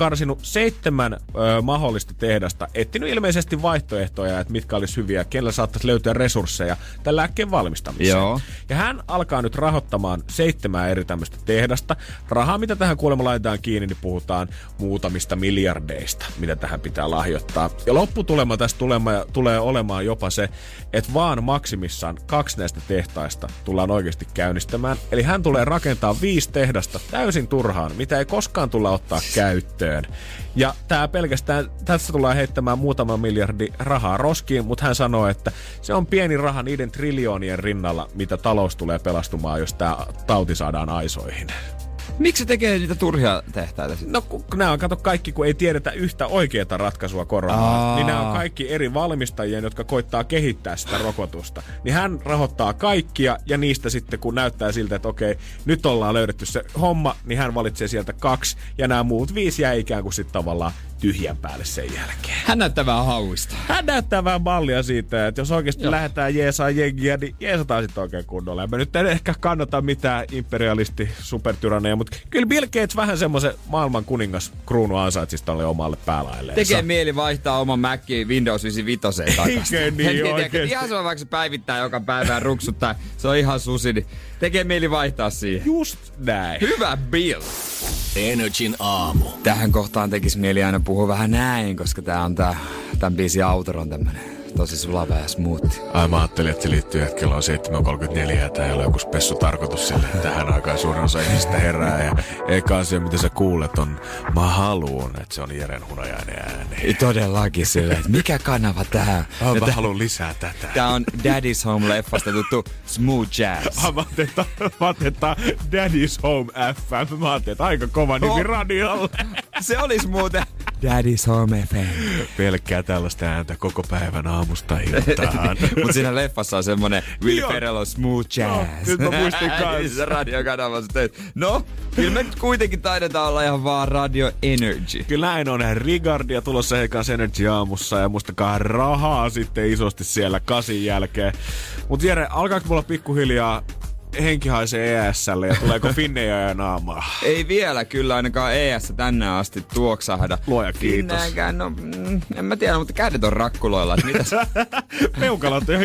E: karsinut 7 mahdollista tehdasta, etsinyt ilmeisesti vaihtoehtoja, että mitkä olisi hyviä, kenellä saattaisi löytyä resursseja tämän lääkkeen valmistamiseen.
D: Joo.
E: Ja hän alkaa nyt rahoittamaan 7 eri tämmöistä tehdasta. Rahaa, mitä tähän kuulemma laitetaan kiinni, niin puhutaan muutamista miljardeista, mitä tähän pitää lahjoittaa. Ja lopputulema tästä tulee olemaan jopa se, että vaan maksimissaan 2 näistä tehtaista tullaan oikeasti käynnistämään. Eli hän tulee rakentaa 5 tehdasta täysin turhaan, mitä ei koskaan tulla ottaa käyttöön. Ja tää pelkästään, tässä tullaan heittämään muutama miljardi rahaa roskiin, mutta hän sanoo, että se on pieni raha niiden triljoonien rinnalla, mitä talous tulee pelastumaan, jos tää tauti saadaan aisoihin.
D: Miksi se tekee niitä turhia tehtäitä sitten?
E: No nämä on, kato kaikki, kun ei tiedetä yhtä oikeaa ratkaisua koronaan. Niin nämä on kaikki eri valmistajien, jotka koittaa kehittää sitä rokotusta. Niin hän rahoittaa kaikkia ja niistä sitten, kun näyttää siltä, että okei, nyt ollaan löydetty se homma, niin hän valitsee sieltä 2 ja nämä muut 5 jää ikään kuin sitten tavallaan tyhjän päälle sen jälkeen.
D: Hän näyttää vähän hauista.
E: Hän näyttää vähän mallia siitä, että jos oikeasti lähdetään jeesaa jengiä, niin jeesataan sitten oikein kunnolla. Mä nyt en ehkä kannata mitään imperialisti-supertyranneja, mutta kyllä Bill Gates vähän semmoisen maailman kuningas kruunu ansaitsisi tolle omalle päälailleen.
D: Tekee mieli vaihtaa oman Macin Windows 95 takaisin.
E: Eikä niin oikeesti.
D: Ihan sama, vaikka se päivittää joka päivä ja ruksuttaa. Se on ihan susi, niin tekee mieli vaihtaa siihen.
E: Just näin.
D: Hyvä Bill.
C: Energin aamu.
D: Tähän kohtaan tekisi mieli aina puhua vähän näin, koska tämän biisin autor on tämmönen tosi sulava ja smoothie.
E: Ai mä ajattelin, että se liittyy, että kello on 7.34 ja tää ei ole joku spessu tarkoitus sille. Tähän aikaan suurin osa ihmistä herää ja eka asia, mitä sä kuulet on mä haluun, että se on Jeren Hunajainen ääni.
D: Todellakin silleen, että mikä kanava tää?
E: Mä haluun lisää tätä.
D: Tää on Daddy's Home-leffasta tuttu Smooth Jazz.
E: Mä ajattelin, Daddy's Home FM. Mä ajattelin, että aika kova nimi radiolle.
D: Se olisi muuten Daddy's Home FM.
E: Pelkkää tällaista ääntä koko päivän aamusta iltaan.
D: Mut siinä leffassa on semmonen Will Ferrell on Smooth Jazz.
E: Nyt mä muistin kanssa.
D: Radiokanavassa teet. No, kyllä me nyt kuitenkin taidetaan olla ihan vaan Radio Energy.
E: Kyllä näin on. Rigardia tulossa heidän kanssa Energy aamussa ja muistakaa rahaa sitten isosti siellä 8 jälkeen. Mut Jere, alkaako mulla pikkuhiljaa henki haisee ES:lle ja tuleeko Finneja ja naamaa?
D: Ei vielä kyllä ainakaan ES tänne asti tuoksahda.
E: Luoja kiitos.
D: Finnejäkään, no en mä tiedä, mutta kädet on rakkuloilla. Mitäs?
E: Peukalat on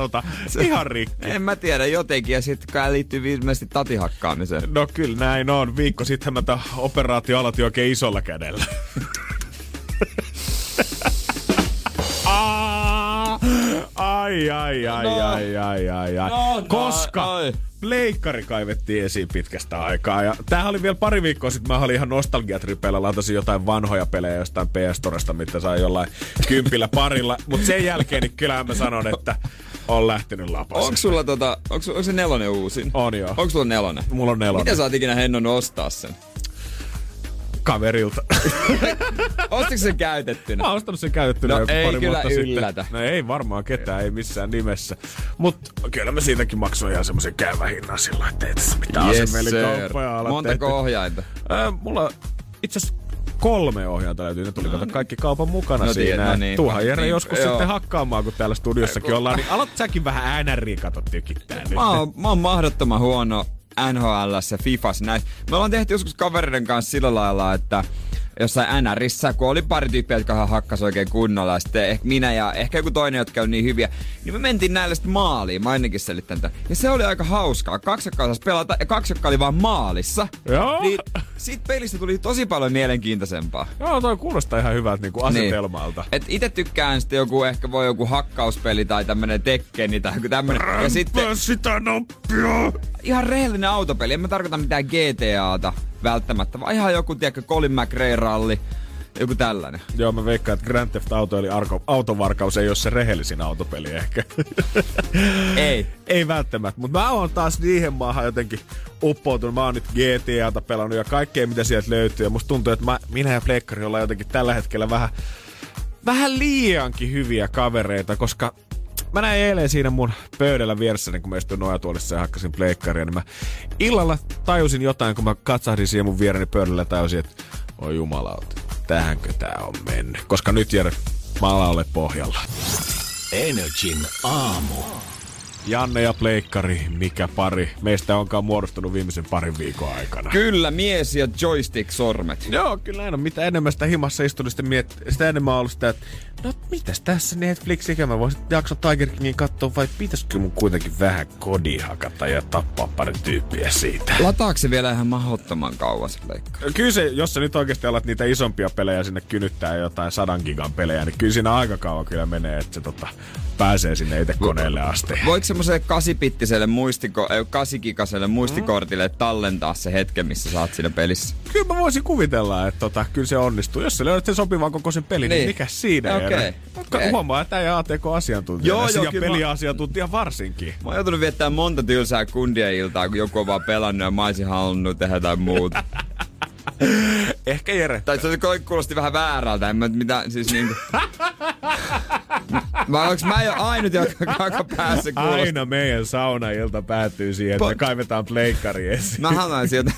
E: ihan rikki.
D: En mä tiedä jotenkin ja sit kai liittyy viimeisesti tatihakkaamiseen.
E: No kyllä näin on. Viikko sitten mä operaatio aloitin oikein isolla kädellä. Ai. Koska pleikkari kaivettiin esiin pitkästä aikaa. Ja tämähän oli vielä pari viikkoa sitten. Mä olin ihan nostalgiatripeillä. Latasin jotain vanhoja pelejä jostain PS-toresta, mitä sai jollain 10 parilla. Mutta sen jälkeen niin kyllähän mä sanon, että on lähtenyt lapasi.
D: Onko sulla onko se 4 uusin?
E: On joo.
D: Onko sulla 4?
E: Mulla on 4.
D: Miten sä oot ikinä Hennon ostaa sen?
E: Kaverilta.
D: Ostitko sen käytettynä?
E: Mä oon ostanut sen käytettynä joku pari vuotta
D: yllätä.
E: sitten. No ei varmaan ketään, ei missään nimessä. Mut kyllä mä siitäkin maksoin ihan semmosen käyvän hinnan sillä, että ei tässä mitään asevelikauppoja ala.
D: Montako ohjainta?
E: Mulla itse asiassa 3 ohjainta löytyy. Ne tuli kaikki kaupan mukana siinä.
D: No niin,
E: tuuhan Jere joskus sitten hakkaamaan, kun täällä studiossakin ollaan. Niin alat säkin vähän äänäriä katot tykittää nyt.
D: Mä oon mahdottoman huono NHL:ssä ja FIFAssa näin. Me ollaan tehty joskus kavereiden kanssa sillä lailla, että jossain NRissä, kun oli pari tyyppiä, jotka hakkas oikein kunnolla, ja sitten minä ja ehkä joku toinen, jotka on niin hyviä, niin me mentiin näille sitten maaliin. Mä ainakin selittän tämän. Ja se oli aika hauskaa. 2 jotka osasi pelata, ja 2 jotka oli vaan maalissa.
E: Joo.
D: Niin siitä pelistä tuli tosi paljon mielenkiintoisempaa.
E: Joo, toi kuulostaa ihan hyvältä niin kuin asetelmalta.
D: Niin. Et ite tykkään sitten joku hakkauspeli tai tämmönen Tekkeni tai joku tämmönen. Ja sitten
E: sitä nappia!
D: Ihan rehellinen autopeli. En mä tarkoita mitään GTAta välttämättä, vaan ihan joku, tiedätkö, Colin McRae-ralli, joku tällainen.
E: Joo, mä veikkaan, että Grand Theft Auto eli autovarkaus ei ole se rehellisin autopeli ehkä. Ei välttämättä, mutta mä oon taas niihin maahan jotenkin uppoutunut. Mä oon nyt GTAta pelannut ja kaikkea mitä sieltä löytyy. Ja musta tuntuu, että minä ja Pleikkari ollaan jotenkin tällä hetkellä vähän liiankin hyviä kavereita, koska mä näin eilen siinä mun pöydällä vieressäni, kun mä istuin nojatuolissa ja hakkasin pleikkaria, niin mä illalla tajusin jotain, kun mä katsahdin siihen mun viereni pöydällä ja tajusin, että oi jumalauta, tähänkö tää on mennyt. Koska nyt Jere, mä alan ole pohjalla.
C: Energin aamu.
E: Janne ja pleikkari, mikä pari meistä onkaan muodostunut viimeisen parin viikon aikana.
D: Kyllä, mies ja joystick-sormet.
E: Joo, kyllä aina. Mitä enemmän sitä himassa istui, sitä enemmän on ollut sitä, että no mitäs tässä Netflixikä mä voisin jakson Tiger Kingin katsoa, vai pitäisikö mun kuitenkin vähän kodia hakata ja tappaa pari tyyppiä siitä?
D: Lataako se vielä ihan mahdottoman kauan se pleikkari?
E: Kyllä se, jos sä nyt oikeasti alat niitä isompia pelejä sinne kynyttää jotain 100 gigan pelejä, niin kyllä siinä aika kauan kyllä menee, että se pääsee sinne itse koneelle asti.
D: Voiko semmoiselle 8-gigaselle muistikortille tallentaa se hetken, missä sä oot siinä pelissä?
E: Kyllä mä voisin kuvitella, että kyllä se onnistuu. Jos sä löydät sen sopivan kokoisen pelin, niin mikä siinä?
D: Okay.
E: Huomaa, että ei ATK-asiantuntija ja peliasiantuntija varsinkin.
D: Mä oon joutunut viettämään monta tylsää kundia-iltaa, kun joku on vaan pelannut ja mä olisin halunnut tehdä jotain muuta.
E: Ehkä Jere.
D: Tai se kuulosti vähän väärältä, en mä mitä siis niinku... Onks mä jo ainut, joka päässä kuulosti?
E: Aina meidän saunailta päättyy siihen, että me kaivetaan pleikkari esiin.
D: Mä haluan sieltä.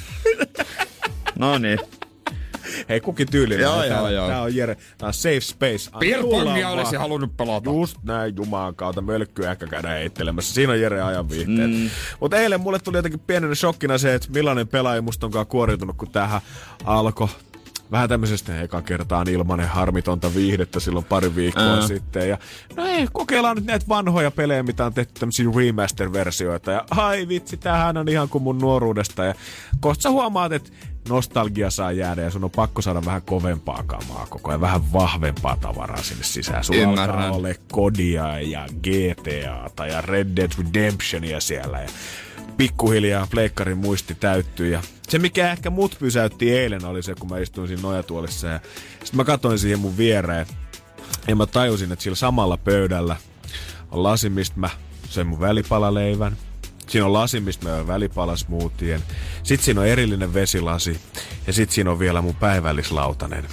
D: Noniin.
E: Hei, kukin tyylinen.
D: Joo.
E: Tää on Jere. Tää on safe space.
D: Pirpongia olisi halunnut pelata.
E: Just näin, jumaan kautta. Mölkkyä ehkä käydään heittelemässä. Siinä on Jere ajan viitteet. Mutta eilen mulle tuli jotenkin pienenä shokkina se, että millainen pelaaja musta onkaan kuoriutunut, kun tähän alkoi. Vähän tämmöisestä eka kertaan ilmanen harmitonta viihdettä silloin pari viikkoa sitten. Ja no ei, kokeillaan nyt näitä vanhoja pelejä, mitä on tehty tämmöisiä remaster-versioita. Ja ai vitsi, tämähän on ihan kuin mun nuoruudesta. Ja kohta sä huomaat, että nostalgia saa jäädä ja sun on pakko saada vähän kovempaa kamaa koko ajan. Vähän vahvempaa tavaraa sinne sisään. Sulla alkaa ole Kodia ja GTAta ja Red Dead Redemptionia siellä. Ja pikkuhiljaa pleikkarin muisti täyttyy ja se mikä ehkä mut pysäytti eilen oli se, kun mä istuin siinä nojatuolissa ja sit mä katsoin siihen mun viereen ja mä tajusin, että sillä samalla pöydällä on lasi, mistä mä söin mun välipalaleivän. Siinä on lasi, mistä mä join välipalasmoothien. Sit siinä on erillinen vesilasi ja sit siinä on vielä mun päivällislautanen.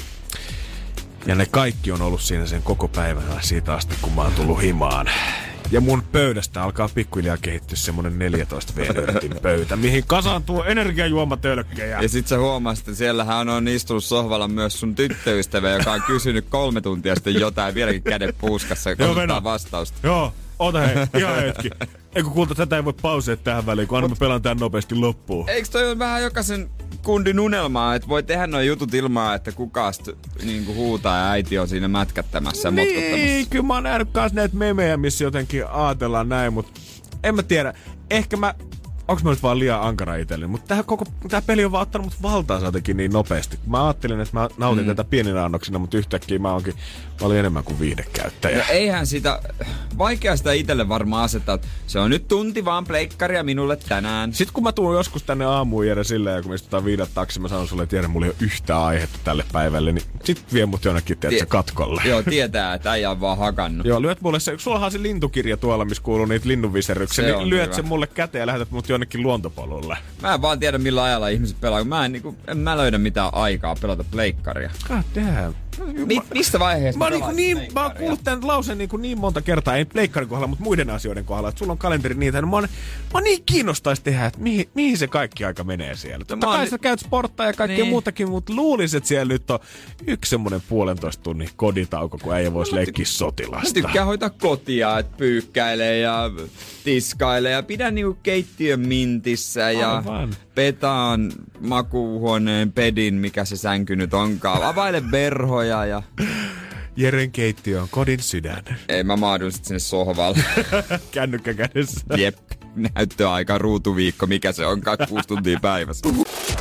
E: Ja ne kaikki on ollut siinä sen koko päivän siitä asti, kun mä oon tullut himaan. Ja mun pöydästä alkaa pikkuhiljaa kehittyä semmonen 14 V-nörtin pöytä, mihin kasaantuu energiajuomatölkkejä.
D: Ja sit sä huomasit, että siellähän on istunut sohvalla myös sun tyttöystävä, joka on kysynyt 3 tuntia sitten jotain, vieläkin käden puuskassa, kun ottaa vastausta.
E: Joo, ota hei, ihan hetki. Eikö kuulta, tätä ei voi pauseet tähän väliin, kun anna mä pelaan tän nopeasti loppuun.
D: Eikö toi on vähän jokaisen kundin unelmaa, että voi tehdä nuo jutut ilman, että kukaan niinku huutaa ja äiti on siinä mätkättämässä ja motkuttamassa?
E: Niin, kyllä mä oon nähnyt kans näitä memejä, missä jotenkin ajatellaan näin, mutta en mä tiedä. Ehkä onks mä nyt vaan liian ankara itselleni, mutta tää peli on vaan ottanut mut valtaansa jotenkin niin nopeasti. Mä ajattelin, että mä nautin tätä pieninä annoksina, mutta yhtäkkiä mä olin enemmän kuin viihdekäyttäjä.
D: No eihän sitä, vaikea sitä itselle varmaan asettaa, että se on nyt tunti vaan pleikkaria minulle tänään.
E: Sitten kun mä tuun joskus tänne aamuun Jere silleen, ja kun me istutaan viidat taksi, mä sanon sulle, että Jere, mulla ei ole yhtään aihetta tälle päivälle, niin sit vie mut jonnekin, katkolle.
D: Joo, tietää, että äijä on vaan hakannut.
E: Joo, lyöt mulle se, sullahan se lintukirja tuolla, missä kuuluu niitä linnunviseryksiä, niin lyöt sen mulle käteen ja lähetät mut jonnekin luontopolulle.
D: Mä en vaan tiedä, millä ajalla ihmiset pelaa, kun en mä löydä mitään aikaa pelata pleikkaria.
E: God damn.
D: Mistä vaiheesta
E: mä oon kuullut tämän lauseen niin monta kertaa, ei pleikkarin kohdalla, mutta muiden asioiden kohdalla, että sulla on kalenteri niitä. Mä niin kiinnostais tehdä, että mihin se kaikki aika menee siellä. Totta kai sä käyt sporttaa ja kaikkea muutakin, mutta luulisin, että siellä nyt on yksi semmonen 1,5 tunnin koditauko, kun äijä vois leikkiä sotilasta.
D: Mä tykkään hoitaa kotia, että pyykkäilee ja tiskailee ja pidän niinku keittiön mintissä ja petaan makuuhuoneen pedin, mikä se sänky nyt onkaan. Availe verhoja ja...
E: Jeren keittiö on kodin sydän.
D: Ei, mä maadun sit sinne sohvalle.
E: Kännykkä kädessä.
D: Jep, näyttöaika, ruutuviikko, mikä se on, 6 tuntia päivässä.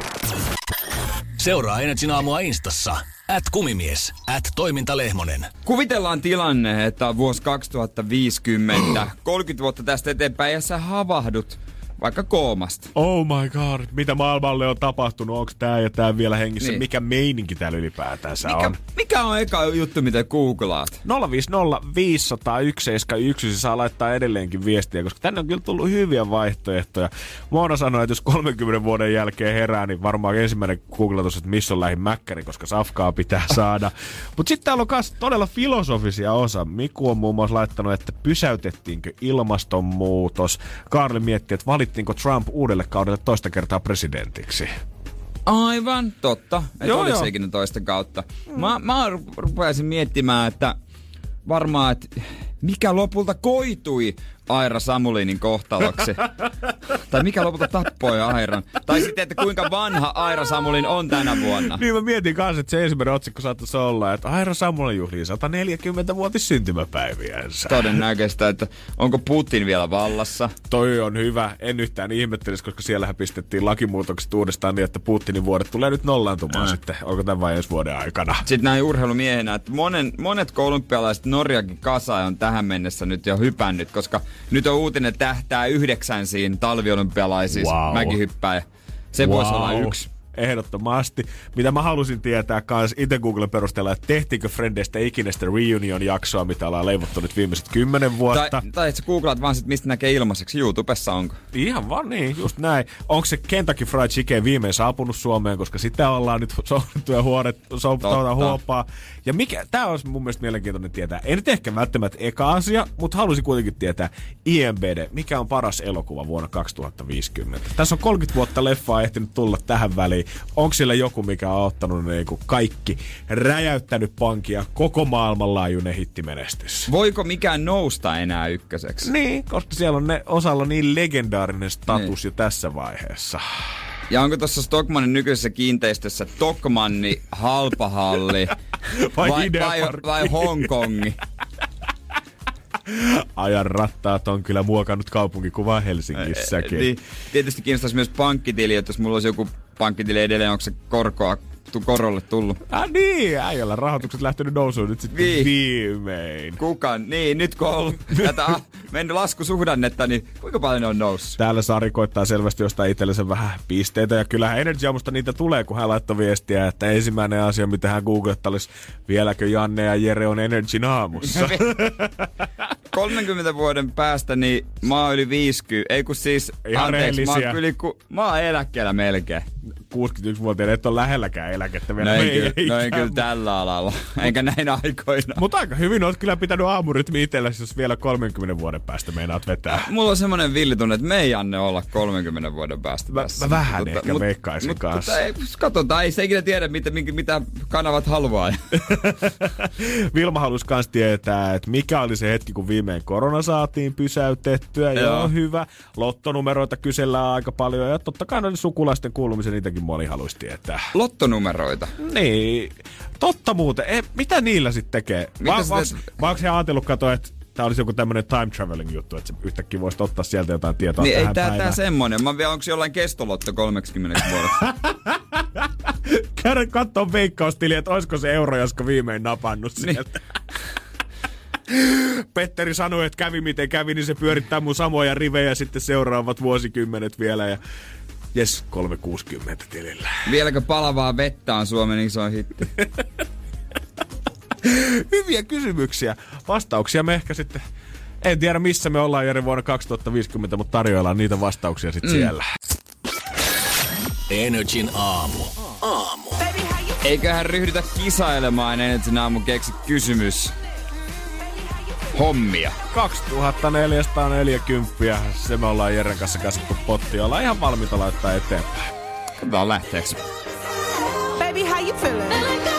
C: Seuraa Energin aamua Instassa. @kumimies, @toimintalehmonen.
D: Kuvitellaan tilanne, että on vuosi 2050, 30 vuotta tästä eteenpäin ja sä havahdut vaikka koomasta.
E: Oh my god, mitä maailmalle on tapahtunut? Onko tää ja tää vielä hengissä? Niin. Mikä meininki täällä ylipäätänsä on?
D: Mikä on eka juttu, mitä googlaat?
E: 050 501 71, se saa laittaa edelleenkin viestiä, koska tänne on kyllä tullut hyviä vaihtoehtoja. Moona sanoi, että jos 30 vuoden jälkeen herää, niin varmaan ensimmäinen googlatus, että missä on lähin mäkkäri, koska safkaa pitää saada. Mutta sitten täällä on myös todella filosofisia osa. Miku on muun muassa laittanut, että pysäytettiinkö ilmastonmuutos. Karli miettii, että valittiinko Trump uudelle kaudelle toista kertaa presidentiksi.
D: Aivan, totta. Että olisi ikinä toista kautta. Mä rupeaisin miettimään, että varmaan, että mikä lopulta koitui Aira Samulinin kohtaloksi. Tai mikä lopulta tappoi Airan. Tai sitten, että kuinka vanha Aira Samulin on tänä vuonna.
E: Niin mä mietin kanssa, että se ensimmäinen otsikko saattaisi olla, että Aira Samulin juhlii 140-vuotis syntymäpäiviänsä.
D: Todennäköistä, että onko Putin vielä vallassa?
E: Toi on hyvä. En yhtään ihmettelisi, koska siellähän pistettiin lakimuutokset uudestaan niin, että Putinin vuodet tulee nyt nollaantumaan sitten. Onko tämän vai ensi vuoden aikana?
D: Sitten näin urheilumiehenä, että monet olympialaiset Norjakin kasaan on tähän mennessä nyt jo hypännyt, koska nyt on uutinen tähtää 9 talviolympialaisissa mäkihyppää. Se voisi olla yksi.
E: Ehdottomasti. Mitä mä halusin tietää kans itse Googlen perusteella, että tehtiinkö Frendeistä ikinä sitä reunion-jaksoa, mitä ollaan leivottu nyt viimeiset 10 vuotta.
D: Tai että sä googlaat vaan sit, mistä näkee ilmaiseksi. YouTubessa onko? Ihan
E: vaan niin, just näin. Onko se Kentucky Fried Chicken viimein saapunut Suomeen, koska sitä ollaan nyt soudettu ja huopaa. Ja tää olisi mun mielestä mielenkiintoinen tietää. Ei nyt ehkä välttämättä eka asia, mutta halusin kuitenkin tietää IMDb, mikä on paras elokuva vuonna 2050. Tässä on 30 vuotta leffaa ehtinyt tulla tähän väliin. Onko siellä joku, mikä on ottanut niinku kaikki, räjäyttänyt pankia, koko maailmanlaajuinen hittimenestys?
D: Voiko mikään nousta enää ykköseksi?
E: Niin, koska siellä on osalla niin legendaarinen status jo tässä vaiheessa.
D: Ja onko tuossa Stockmannin nykyisessä kiinteistössä Stockmanni, Halpahalli vai Hongkongi?
E: Ajan rattaat on kyllä muokannut kaupunkikuvaa Helsingissäkin.
D: Niin, tietysti kiinnostaisi myös pankkitili, että jos mulla olisi joku pankkitili edelleen, onko se korolle tullut?
E: Niin, äijällä rahoitukset lähtenyt nousuun nyt sitten viimein.
D: Kukaan? Niin, nyt kun on ollut tätä mennyt laskusuhdannetta, niin kuinka paljon on noussut?
E: Täällä Sari koittaa selvästi jostain itsellensä vähän pisteitä, ja kyllähän Energy Aamusta niitä tulee, kun hän laittoi viestiä, että ensimmäinen asia, mitä hän googlettaa, olisi vieläkö Janne ja Jere on Energyn aamussa.
D: 30 vuoden päästä, niin mä oon yli 50. Ei kun siis, anteeksi, mä oon eläkkeellä melkein.
E: 61-vuotiaana et ole lähelläkään eläkettä vielä.
D: No en kyllä tällä alalla, enkä näin aikoina.
E: Mutta aika hyvin oot kyllä pitänyt aamurytmi itsellesi, jos vielä 30 vuoden päästä meinaat vetää.
D: Mulla on semmonen villitunne, että me ei Janne olla 30 vuoden päästä tässä.
E: Mä vähän ehkä veikkaisin kanssa.
D: Katsotaan, ei se ikinä tiedä, mitä kanavat haluaa.
E: Vilma halusi kans tietää, että mikä oli se hetki, kun viimein korona saatiin pysäytettyä. Joo, hyvä. Lottonumeroita kysellään aika paljon ja totta kai noiden sukulaisten kuulumisen niitäkin moni haluaisi tietää.
D: Lottonumeroita?
E: Niin. Totta muuten. Mitä niillä sitten tekee? Vai onko he ajatellut katsoa, että tää olisi joku tämmönen time traveling juttu, että itsekin voisit ottaa sieltä jotain tietoa
D: niin
E: tähän
D: ei tää semmonen. Mä vielä, onko jollain kestolotto 30 vuodessa?
E: Käydä kattoo veikkaustiliä, että olisiko se euro, josko viimein napannut sieltä. Petteri sanoi, että kävi miten kävi, niin se pyörittää mun samoja rivejä sitten seuraavat vuosikymmenet vielä ja jes, 360 tilillä.
D: Vieläkö palavaa vettä on Suomen iso hitti?
E: Hyviä kysymyksiä. Vastauksia me ehkä sitten, en tiedä missä me ollaan Jere vuonna 2050, mutta tarjoillaan niitä vastauksia sitten siellä.
C: Energin aamu.
D: Eiköhän ryhdytä kisailemaan Energin aamu keksi kysymys. Hommia.
E: 2440. Se me ollaan Jeren kanssa käsitty potti. Ollaan ihan valmiita laittaa eteenpäin.
D: Katsotaan lähteeksi.
G: Baby, how you feeling?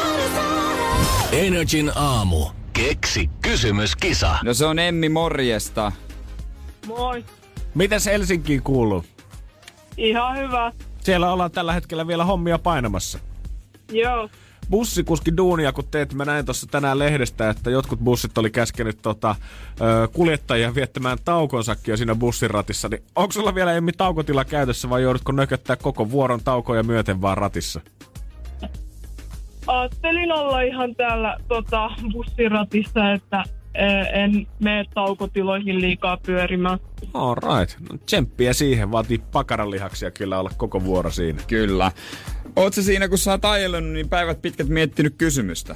C: Energin aamu. Keksi kysymyskisa.
D: No se on Emmi, morjesta.
F: Moi.
E: Mitäs Helsinkiin kuuluu?
F: Ihan hyvä.
E: Siellä ollaan tällä hetkellä vielä hommia painamassa.
F: Joo.
E: Bussikuski duunia, kun teet, mä näin tuossa tänään lehdestä, että jotkut bussit oli käskenyt kuljettajia viettämään taukonsakin jo siinä bussiratissa. Niin onko sulla vielä Emmi taukotila käytössä vai joudutko nököttää koko vuoron taukoja myöten vaan ratissa?
F: Ajattelin olla ihan täällä bussiratissa, että en mene taukotiloihin liikaa pyörimään.
E: All right. No, tsemppiä siihen. Vaatii pakaranlihaksia kyllä olla koko vuoro siinä.
D: Kyllä. Oot sä siinä, kun sä oot ajellut, niin päivät pitkät miettinyt kysymystä?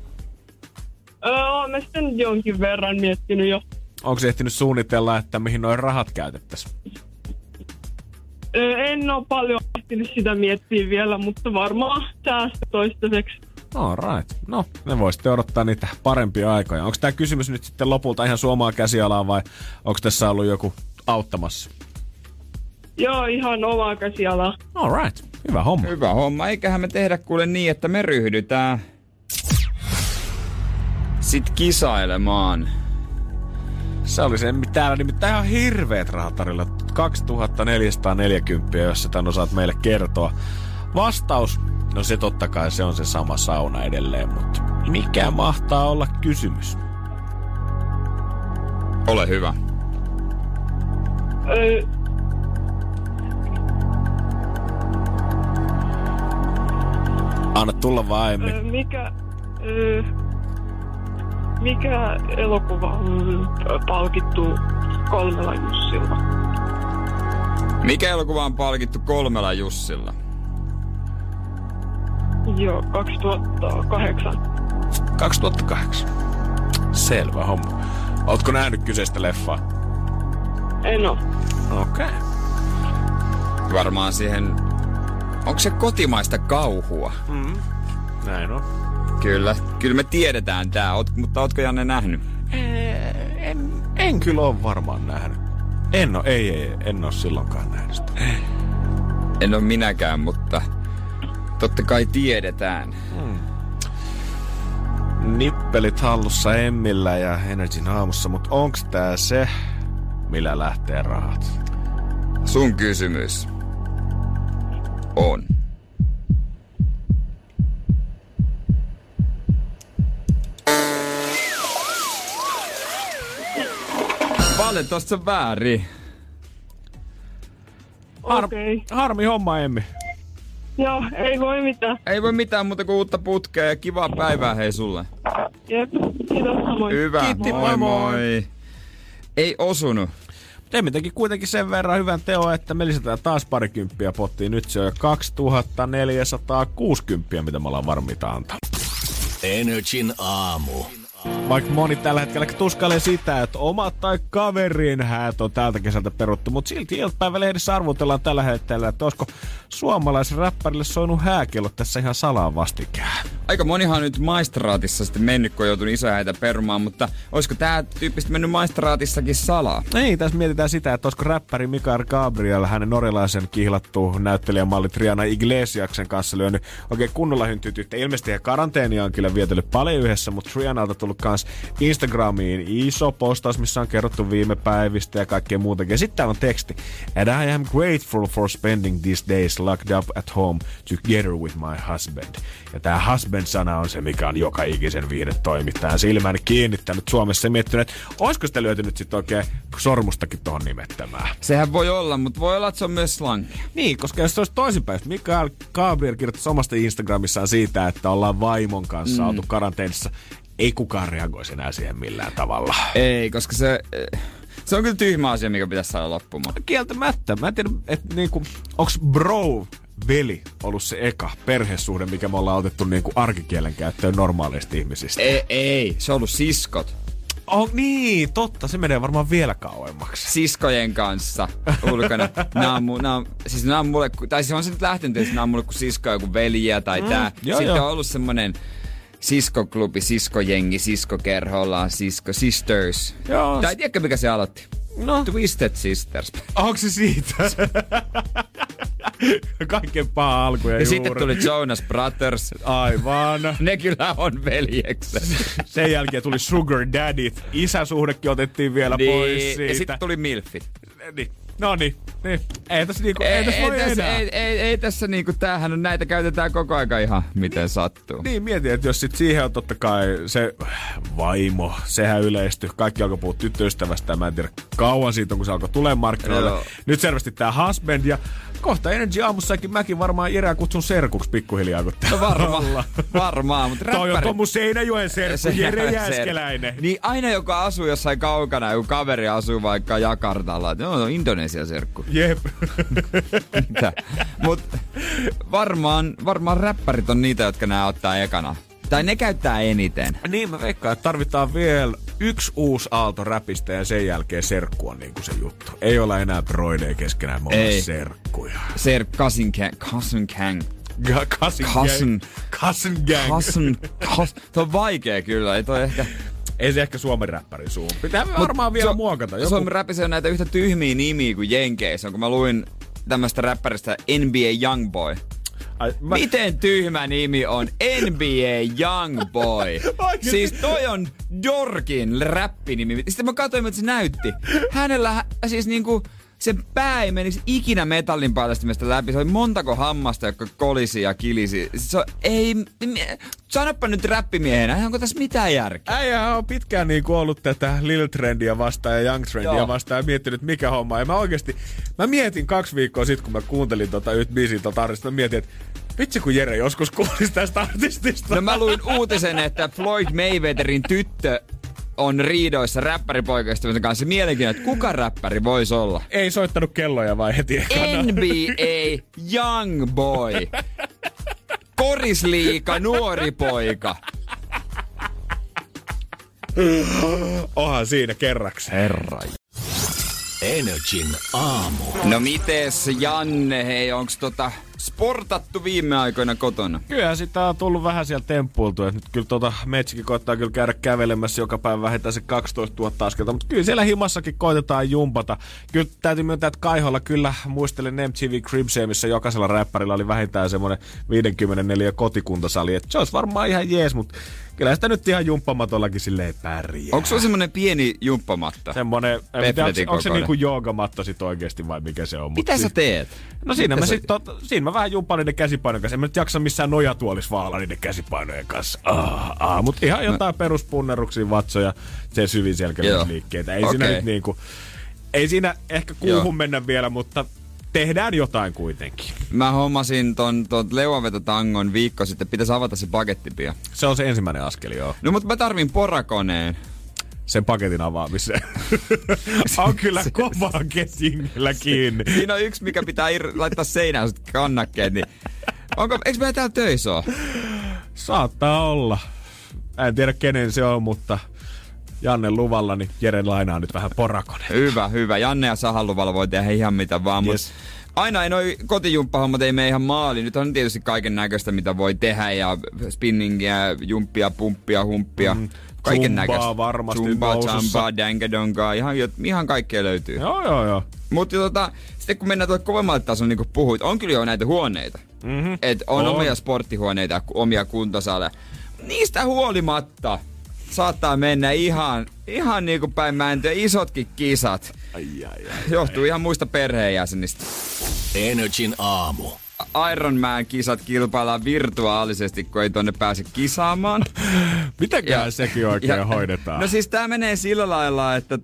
F: Oon mä sitten jonkin verran miettinyt jo.
E: Onko se ehtinyt suunnitella, että mihin noin rahat käytettäisiin?
F: En oo paljon ehtinyt sitä miettiä vielä, mutta varmaan säästö toistaiseksi.
E: All right. No, ne voisitte odottaa niitä parempia aikoja. Onko tämä kysymys nyt sitten lopulta ihan suomaa käsialaa vai onko tässä ollut joku auttamassa?
F: Joo, ihan omaa käsialaa.
E: All right. Hyvä homma.
D: Hyvä homma. Eiköhän me tehdä kuule niin, että me ryhdytään sit kisailemaan.
E: Se oli se, täällä nimittäin ihan hirveet rahat tarjolla. 2440, jos sä tän osaat meille kertoa. Vastaus, no se totta kai se on se sama sauna edelleen, mutta mikä mahtaa olla kysymys?
D: Ole hyvä.
E: Anna tulla vaan Emmi.
F: Mikä elokuva on palkittu 3 Jussilla?
D: Mikä elokuva on palkittu 3 Jussilla?
F: Joo, 2008.
E: 2008. Selvä homma. Ootko nähnyt kyseistä leffaa?
F: En oo.
E: Okei.
D: Varmaan siihen... Onko se kotimaista kauhua?
E: Näin on.
D: Kyllä me tiedetään tää, mutta ootko Janne nähnyt?
E: En kyllä ole varmaan nähnyt. En oo silloinkaan nähnyt sitä.
D: En oo minäkään, mutta totta kai tiedetään.
E: Nippelit hallussa Emmillä ja Energyn aamussa, mutta onks tää se, millä lähtee rahat?
D: Sun kysymys on. Valitettavasti on väärin.
F: Okei.
E: Harmi homma, Emmi.
F: Joo, ei voi mitään.
D: Ei voi mitään muuta kuin uutta putkea ja kivaa päivää hei sulle.
F: Jep, kiitos samoin.
D: Hyvä,
E: Kiitti,
D: moi. Ei osunut.
E: Emmi teki kuitenkin sen verran hyvän teon, että me lisätään taas parikymppiä pottiin. Nyt se on jo 2460, mitä me ollaan varmiita antaa.
C: Energin aamu.
E: Vaikka moni tällä hetkellä tuskailee sitä, että omat tai kaverin häät on tältä kesältä peruttu, mutta silti iltapäivälehdessä arvutellaan tällä hetkellä, että olisiko suomalaisräppärille soinut hääkello tässä ihan salaa vastikään.
D: Aika monihan on nyt maistraatissa sitten mennyt, kun on joutunut isohäitä perumaan, mutta olisiko tää tyyppistä mennyt maistraatissakin salaa?
E: Ei, tässä mietitään sitä, että olisiko räppäri Mikael Gabriel hänen norjalaisen kihlattu näyttelijämalli Triana Iglesiaksen kanssa lyönyt oikein kunnolla hyntytyttä. Ilmeisesti he karanteenia on kyllä vietellyt paljon yhdessä, mutta Trianalta tullut kans Instagramiin iso postaus, missä on kerrottu viime päivistä ja kaikkea muutakin. Ja sitten täällä on teksti. And I am grateful for spending these days locked up at home together with my husband. Ja tää husband-sana on se, mikä on joka ikisen viihdetoimittajan silmään kiinnittänyt Suomessa ja miettinyt, että olisiko sitä löytynyt sitten oikein sormustakin tohon nimettämään.
D: Sehän voi olla, mutta voi olla, että se on myös slangia.
E: Niin, koska jos se olisi toisinpäin, Mikael Gabriel kirjoittaisi omasta Instagramissaan siitä, että ollaan vaimon kanssa oltu karanteenissa, ei kukaan reagoisi enää siihen millään tavalla.
D: Ei, koska se on kyllä tyhmä asia, mikä pitäisi saada loppumaan.
E: Kieltämättä. Mä en tiedä, että niinku, onks veli ollut se eka perhesuhde, mikä me ollaan otettu niinku arkikielen käyttöön normaaleista ihmisistä?
D: Ei, se on ollut siskot.
E: Oh, niin, totta. Se menee varmaan vielä kauemmaksi.
D: Siskojen kanssa ulkona. Nämä on mulle, tai siis on se nyt lähtenyt, että nämä on mulle kuin sisko, joku veljiä tai tää. Sitten on ollut semmonen siskoklubi, siskojengi, siskokerho, ollaan sisters.
E: Joo.
D: Tai tiedätkö mikä se aloitti?
E: No.
D: Twisted Sisters.
E: Onko se siitä? Kaikkein paha alku ja
D: sitten tuli Jonas Brothers.
E: Aivan.
D: Ne kyllä on veljekset.
E: Sen jälkeen tuli Sugar Daddyt. Isäsuhdekin otettiin vielä pois siitä.
D: Ja sitten tuli Milfit.
E: Niin. No niin. Ei tässä voi enää.
D: Ei tässä niinku, tämähän on, näitä käytetään koko aika ihan miten sattuu.
E: Niin, mietin, että jos sit siihen on totta kai se vaimo, sehän yleistyi. Kaikki alkoi puhua tyttöystävästä ja mä en tiedä kauan siitä on, kun se alkoi tulemaan markkinoille. Joo. Nyt selvästi tää husband ja kohta Energy aamussakin mäkin varmaan Ireä kutsun serkuksi pikkuhiljaa. Kun
D: no varmaan, mutta
E: räppäri. Toi on Tomu Seinäjoen serkku, Jere Jääskeläinen.
D: Niin aina joka asuu jossain kaukana, joku kaveri asuu vaikka Jakartalla. No, Indonesia serkku.
E: Jep.
D: Mut varmaan räppärit on niitä, jotka nää ottaa ekana. Tai ne käyttää eniten.
E: Niin, mä veikkaan, että tarvitaan vielä yksi uusi aalto räpistä ja sen jälkeen serkku on niinku se juttu. Ei olla enää broideja keskenään, me ollaan serkkuja.
D: Cousin gang. Tuo on vaikea kyllä, ei toi ehkä...
E: Ei se ehkä Suomen räppärin suun. Pitää varmaan vielä muokata.
D: Suomen räppissä on näitä yhtä tyhmiä nimiä kuin Jenkeissä. Kun mä luin tämmöstä räppäristä NBA Youngboy. Miten tyhmä nimi on NBA Youngboy? Siis toi on Dorkin räppinimi. Sitten mä katsoin, että se näytti. Hänellä siis niinku... Sen pää ei menisi ikinä metallin paljastimesta läpi. Se oli montako hammasta, jotka kolisi ja kilisi. Sanoppa nyt räppimiehenä, onko tässä mitään järkeä?
E: Äijä on pitkään niin ollut tätä Lil-trendiä vastaan ja Young-trendiä vastaan ja miettinyt, mikä homma. Ja mä mietin 2 viikkoa sitten, kun mä kuuntelin yhtä biisiä artista, mä mietin, että vitsi kun Jere joskus kuulisi tästä artistista.
D: No mä luin uutisen, että Floyd Mayweatherin tyttö on riidoissa räppäripoikaystävänsä kanssa. Mielenkiintoinen, että kuka räppäri voisi olla?
E: Ei soittanut kelloja vai heti ekana?
D: NBA Youngboy. Korisliiga nuori poika.
E: Ohan siinä kerraksi.
D: Herra.
C: Energin aamu.
D: No mites Janne, hei, onks sportattu viime aikoina kotona?
E: Kyllähän sitä on tullut vähän sieltä temppuiltu. Nyt kyllä Metsikin koittaa kyllä käydä kävelemässä joka päivä vähintään se 12 000 askelta. Mutta kyllä siellä himassakin koitetaan jumpata. Kyllä täytyy myöntää, että Kaiholla kyllä muistelen MTV Cribsia, missä jokaisella räppärillä oli vähintään semmoinen 54 kotikuntasali. Et se olisi varmaan ihan jees, mutta kyllä sitä nyt ihan jumppamatollakin silleen pärjää.
D: Onko se semmonen pieni jumppamatta?
E: Semmonen, onko se niinku joogamatta sit oikeesti vai mikä se on?
D: Mitä sä teet?
E: No siinä mä vähän jumpaan niiden käsipainojen kanssa. En mä nyt jaksa missään nojatuolis vaalla niiden käsipainojen kanssa. Mutta ihan jotain peruspunneruksia, vatsoja, sen syvin selkäliikkeitä. Ei siinä nyt niinku, ei siinä ehkä kuuhun mennä vielä, mutta tehdään jotain kuitenkin.
D: Mä hommasin ton leuanvetotangon viikko sitten. Pitäisi avata se paketti pian.
E: Se on se ensimmäinen askel, joo.
D: No mutta mä tarvin porakoneen.
E: Sen paketin avaamiseen. On kyllä kovaa kesingellä kiinni.
D: Siinä on yksi, mikä pitää laittaa seinään kannakkeet. Niin. Eikö meidän täällä töissä ole?
E: Saattaa olla. En tiedä kenen se on, mutta Jannen luvalla, niin Jeren lainaa nyt vähän porakoneen.
D: Hyvä. Janne ja Sahan luvalla voi tehdä ihan mitä vaan, yes. Aina ei noi kotijumppahommat ei mene ihan maaliin. Nyt on tietysti kaiken näköistä, mitä voi tehdä ja spinningiä, jumppia, pumppia, humppia. Kaiken näköistä.
E: Zumbaa varmasti
D: Zumbaa, dangadongaa, ihan kaikkea löytyy.
E: Joo.
D: Mutta sitten kun mennään tuolle kovemmalle tasolle, niin kuin puhuit, on kyllä jo näitä huoneita. Että on omia sporttihuoneita ja omia kuntosaleja. Niistä huolimatta saattaa mennä ihan niin kuin päin mäntyä, isotkin kisat. Johtuu ihan muista perheenjäsenistä.
C: Energin aamu.
D: Ironman-kisat kilpaillaan virtuaalisesti, kun ei tonne pääse kisaamaan.
E: Mitäkään sekin oikein hoidetaan?
D: No siis tää menee sillä lailla, että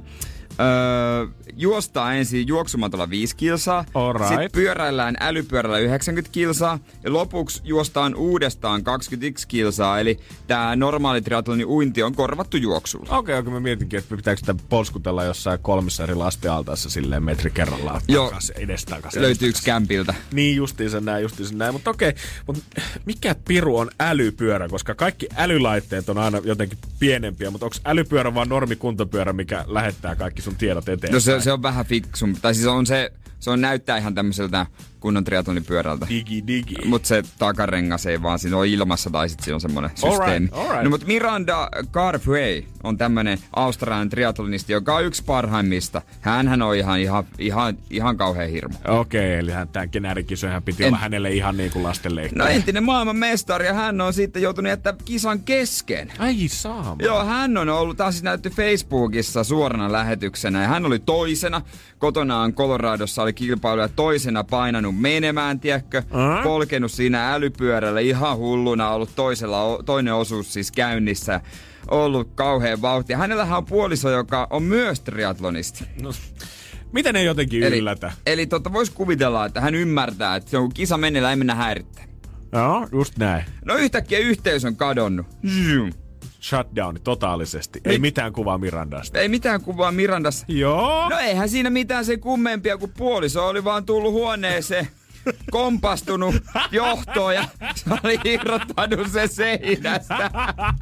D: juostaan ensin juoksumatolla 5 kilsaa, sitten pyöräillään älypyörällä 90 kilsaa ja lopuksi juostaan uudestaan 21 kilsaa, eli tää normaali triathlonin uinti on korvattu juoksulla.
E: Okei, mä mietinkin, että pitääkö sitä polskutella jossain 3 eri lastealtaassa silleen metri kerrallaan edestakas.
D: Löytyykö kämpiltä?
E: Niin, justiinsa näin, mutta okei. Mutta mikä piru on älypyörä, koska kaikki älylaitteet on aina jotenkin pienempiä, mutta onko älypyörä vaan normikuntopyörä, mikä lähettää kaikki sun tiedot eteenpäin?
D: No se on vähän fiksum. Tai siis se näyttää ihan tämmöiseltä kunnon triathlonipyörältä.
E: Digi.
D: Mut se takarengas ei vaan, siinä on ilmassa tai sit siinä on semmonen systeemi.
E: Alright.
D: No mut Miranda Carfrae on tämmönen australialainen triathlonisti, joka on yksi parhaimmista. Hänhän on ihan kauhean hirmu.
E: Okei, eli tämän kenäärikisojen piti olla hänelle ihan niinku lastenleikkiä.
D: No entinen maailman mestari ja hän on sitten joutunut jättää kisan kesken.
E: Ai saama.
D: Joo, hän on ollut, taas siis näytti Facebookissa suorana lähetyksenä ja hän oli toisena. Kotonaan Coloradossa oli kilpailu ja toisena painanut menemään, tiedätkö? Polkenut siinä älypyörällä ihan hulluna, ollut toinen osuus siis käynnissä. Ollut kauhean vauhtia. Hänellähän on puoliso, joka on myös triathlonisti.
E: No, miten ei jotenkin yllätä?
D: Eli voisi kuvitella, että hän ymmärtää, että kun kisa menellä ei mennä häirittää.
E: Joo, just näin.
D: No yhtäkkiä yhteys on kadonnut.
E: Shutdown totaalisesti. Ei mitään kuvaa Mirandasta.
D: Ei mitään kuvaa Mirandasta.
E: Joo.
D: No eihän siinä mitään sen kummempia, kuin puoliso oli vaan tullut huoneeseen, kompastunut johtoon ja se oli irrottanut se seinästä.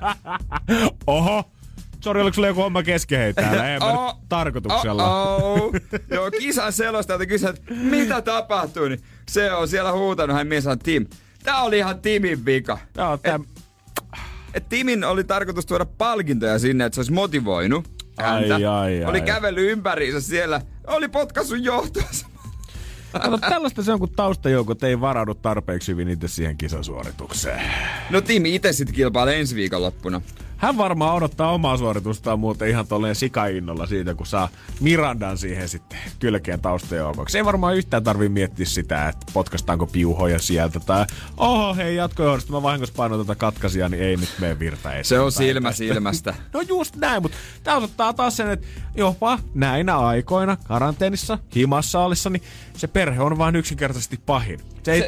E: Oho. Sori, oliko sulla joku homma kesken hei täällä? Ei mä nyt tarkoituksella.
D: Joo, kisan selostajalta kysyi, että mitä tapahtui, niin se on siellä huutanut, hän mies on Tim. Tää oli ihan Timin vika.
E: Joo,
D: Timin oli tarkoitus tuoda palkintoja sinne, että se olisi motivoinut häntä.
E: Ai.
D: Oli kävellyt ympäriinsä siellä, oli potkaissut johtoonsa.
E: Kato, tällaista se on, kun taustajoukot ei varaudu tarpeeksi hyvin itse siihen kisasuoritukseen.
D: No Timi itse sitten kilpailee ensi viikonloppuna.
E: Hän varmaan odottaa omaa suoritustaan muuten ihan tolleen sikainnolla siitä, kun saa Mirandan siihen sitten kylkeen taustajoukoksi. Ei varmaan yhtään tarvii miettiä sitä, että potkastaanko piuhoja sieltä tai hei jatkojohdosta mä vahingossa painoin tuota katkaisia, niin ei nyt mene virta eteenpäin.
D: Se on silmä silmästä.
E: No just näin, mutta tää osoittaa taas sen, että jopa näinä aikoina karanteenissa, himassa ollessa, niin se perhe on vain yksinkertaisesti pahin.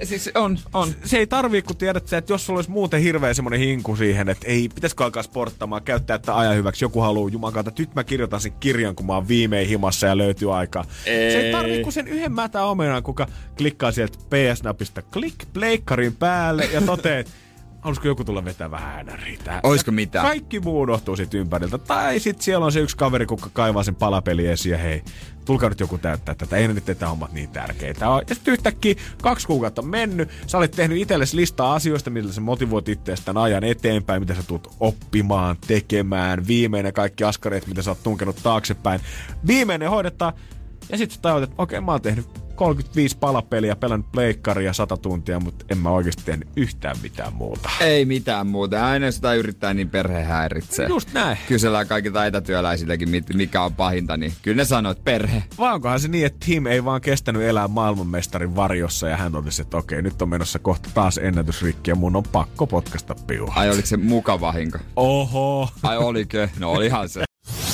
E: Se ei tarvii, kun tiedät, että jos sulla olisi muuten hirveä semmonen hinku siihen, että ei pitäisikö alkaa sporttamaan, käyttää että ajan hyväksi. Joku haluaa jumakaan, että nyt mä kirjoitan sen kirjan, kun mä oon viimein himassa ja löytyy aikaa. Se ei tarvii, kun sen yhden mätä omenaan, kuka klikkaa sieltä PS-napista pleikkarin päälle ja toteaa, haluaisiko joku tulla vetää vähän häänäriitä?
D: Oisko mitään?
E: Kaikki muu unohtuu sit ympäriltä. Tai sit siellä on se yksi kaveri, kuka kaivaa sen palapeli esiin ja hei, tulkaa nyt joku täyttää tätä. Ei nyt tätä hommat niin tärkeitä. Ja sit yhtäkkiä 2 kuukautta on mennyt. Sä olet tehnyt itsellesi listaa asioista, millä sä motivoit itseäsi tämän ajan eteenpäin, mitä sä tulet oppimaan, tekemään. Viimeinen kaikki askareet, mitä sä oot tunkenut taaksepäin. Viimeinen hoidetaan. Ja sit sä tajut, että okei, mä oon tehnyt 35 palapeliä, pelannut pleikkaria 100 tuntia, mutta en mä oikeesti tehnyt yhtään mitään muuta.
D: Ei mitään muuta. Aina jos sitä yrittää, niin perhe häiritsee.
E: Just näin.
D: Kysellään kaikilta etätyöläisiltäkin, mikä on pahinta, niin kyllä ne sanoo, että perhe.
E: Vai onkohan se niin, että Tim ei vaan kestänyt elää maailmanmestarin varjossa ja hän olisi, että okei, nyt on menossa kohta taas ennätysrikki ja mun on pakko potkasta piuhat.
D: Ai oliko se muka vahinko?
E: Oho.
D: Ai oliko? No olihan se.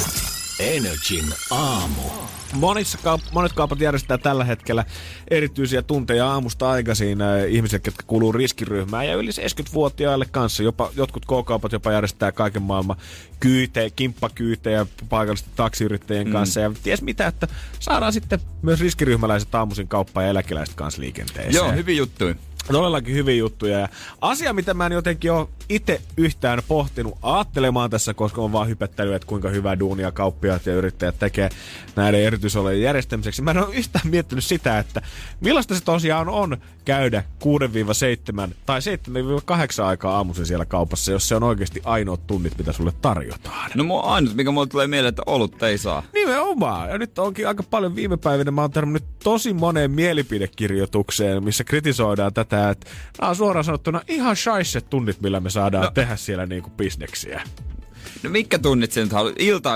C: Energin aamu.
E: Monet kaupat järjestää tällä hetkellä erityisiä tunteja aamusta aikaisin ihmisille, jotka kuuluu riskiryhmään ja yli 70-vuotiaille kanssa. Jopa, jotkut K-kaupat jopa järjestää kaiken maailman kimppakyytejä paikallisten taksiyrittäjien kanssa. Ja ties mitä, että saadaan sitten myös riskiryhmäläiset aamuisin kauppaan ja eläkeläiset kanssa liikenteeseen.
D: Joo, hyviä juttuja.
E: Todellakin hyviä juttuja. Ja asia, mitä mä en jotenkin ole itse yhtään pohtinut ajattelemaan tässä, koska on vaan hypettänyt, että kuinka hyvää duunia kauppiaat ja yrittäjät tekee näiden erityisolojen järjestämiseksi. Mä en ole yhtään miettinyt sitä, että millaista se tosiaan on käydä 6-7 tai 7-8 aikaa aamuisin siellä kaupassa, jos se on oikeasti ainoat tunnit, mitä sulle tarjotaan.
D: No ainut, mikä mulle tulee mieleen, että olutta ei saa.
E: Nimenomaan. Ja nyt onkin aika paljon viime päivinä. Mä oon törmännyt tosi moneen mielipidekirjoitukseen, missä kritisoidaan tätä, että nämä on suoraan sanottuna ihan scheisse tunnit, millä me saadaan tehdä siellä niinku bisneksiä.
D: No mitkä tunnit sen nyt haluat?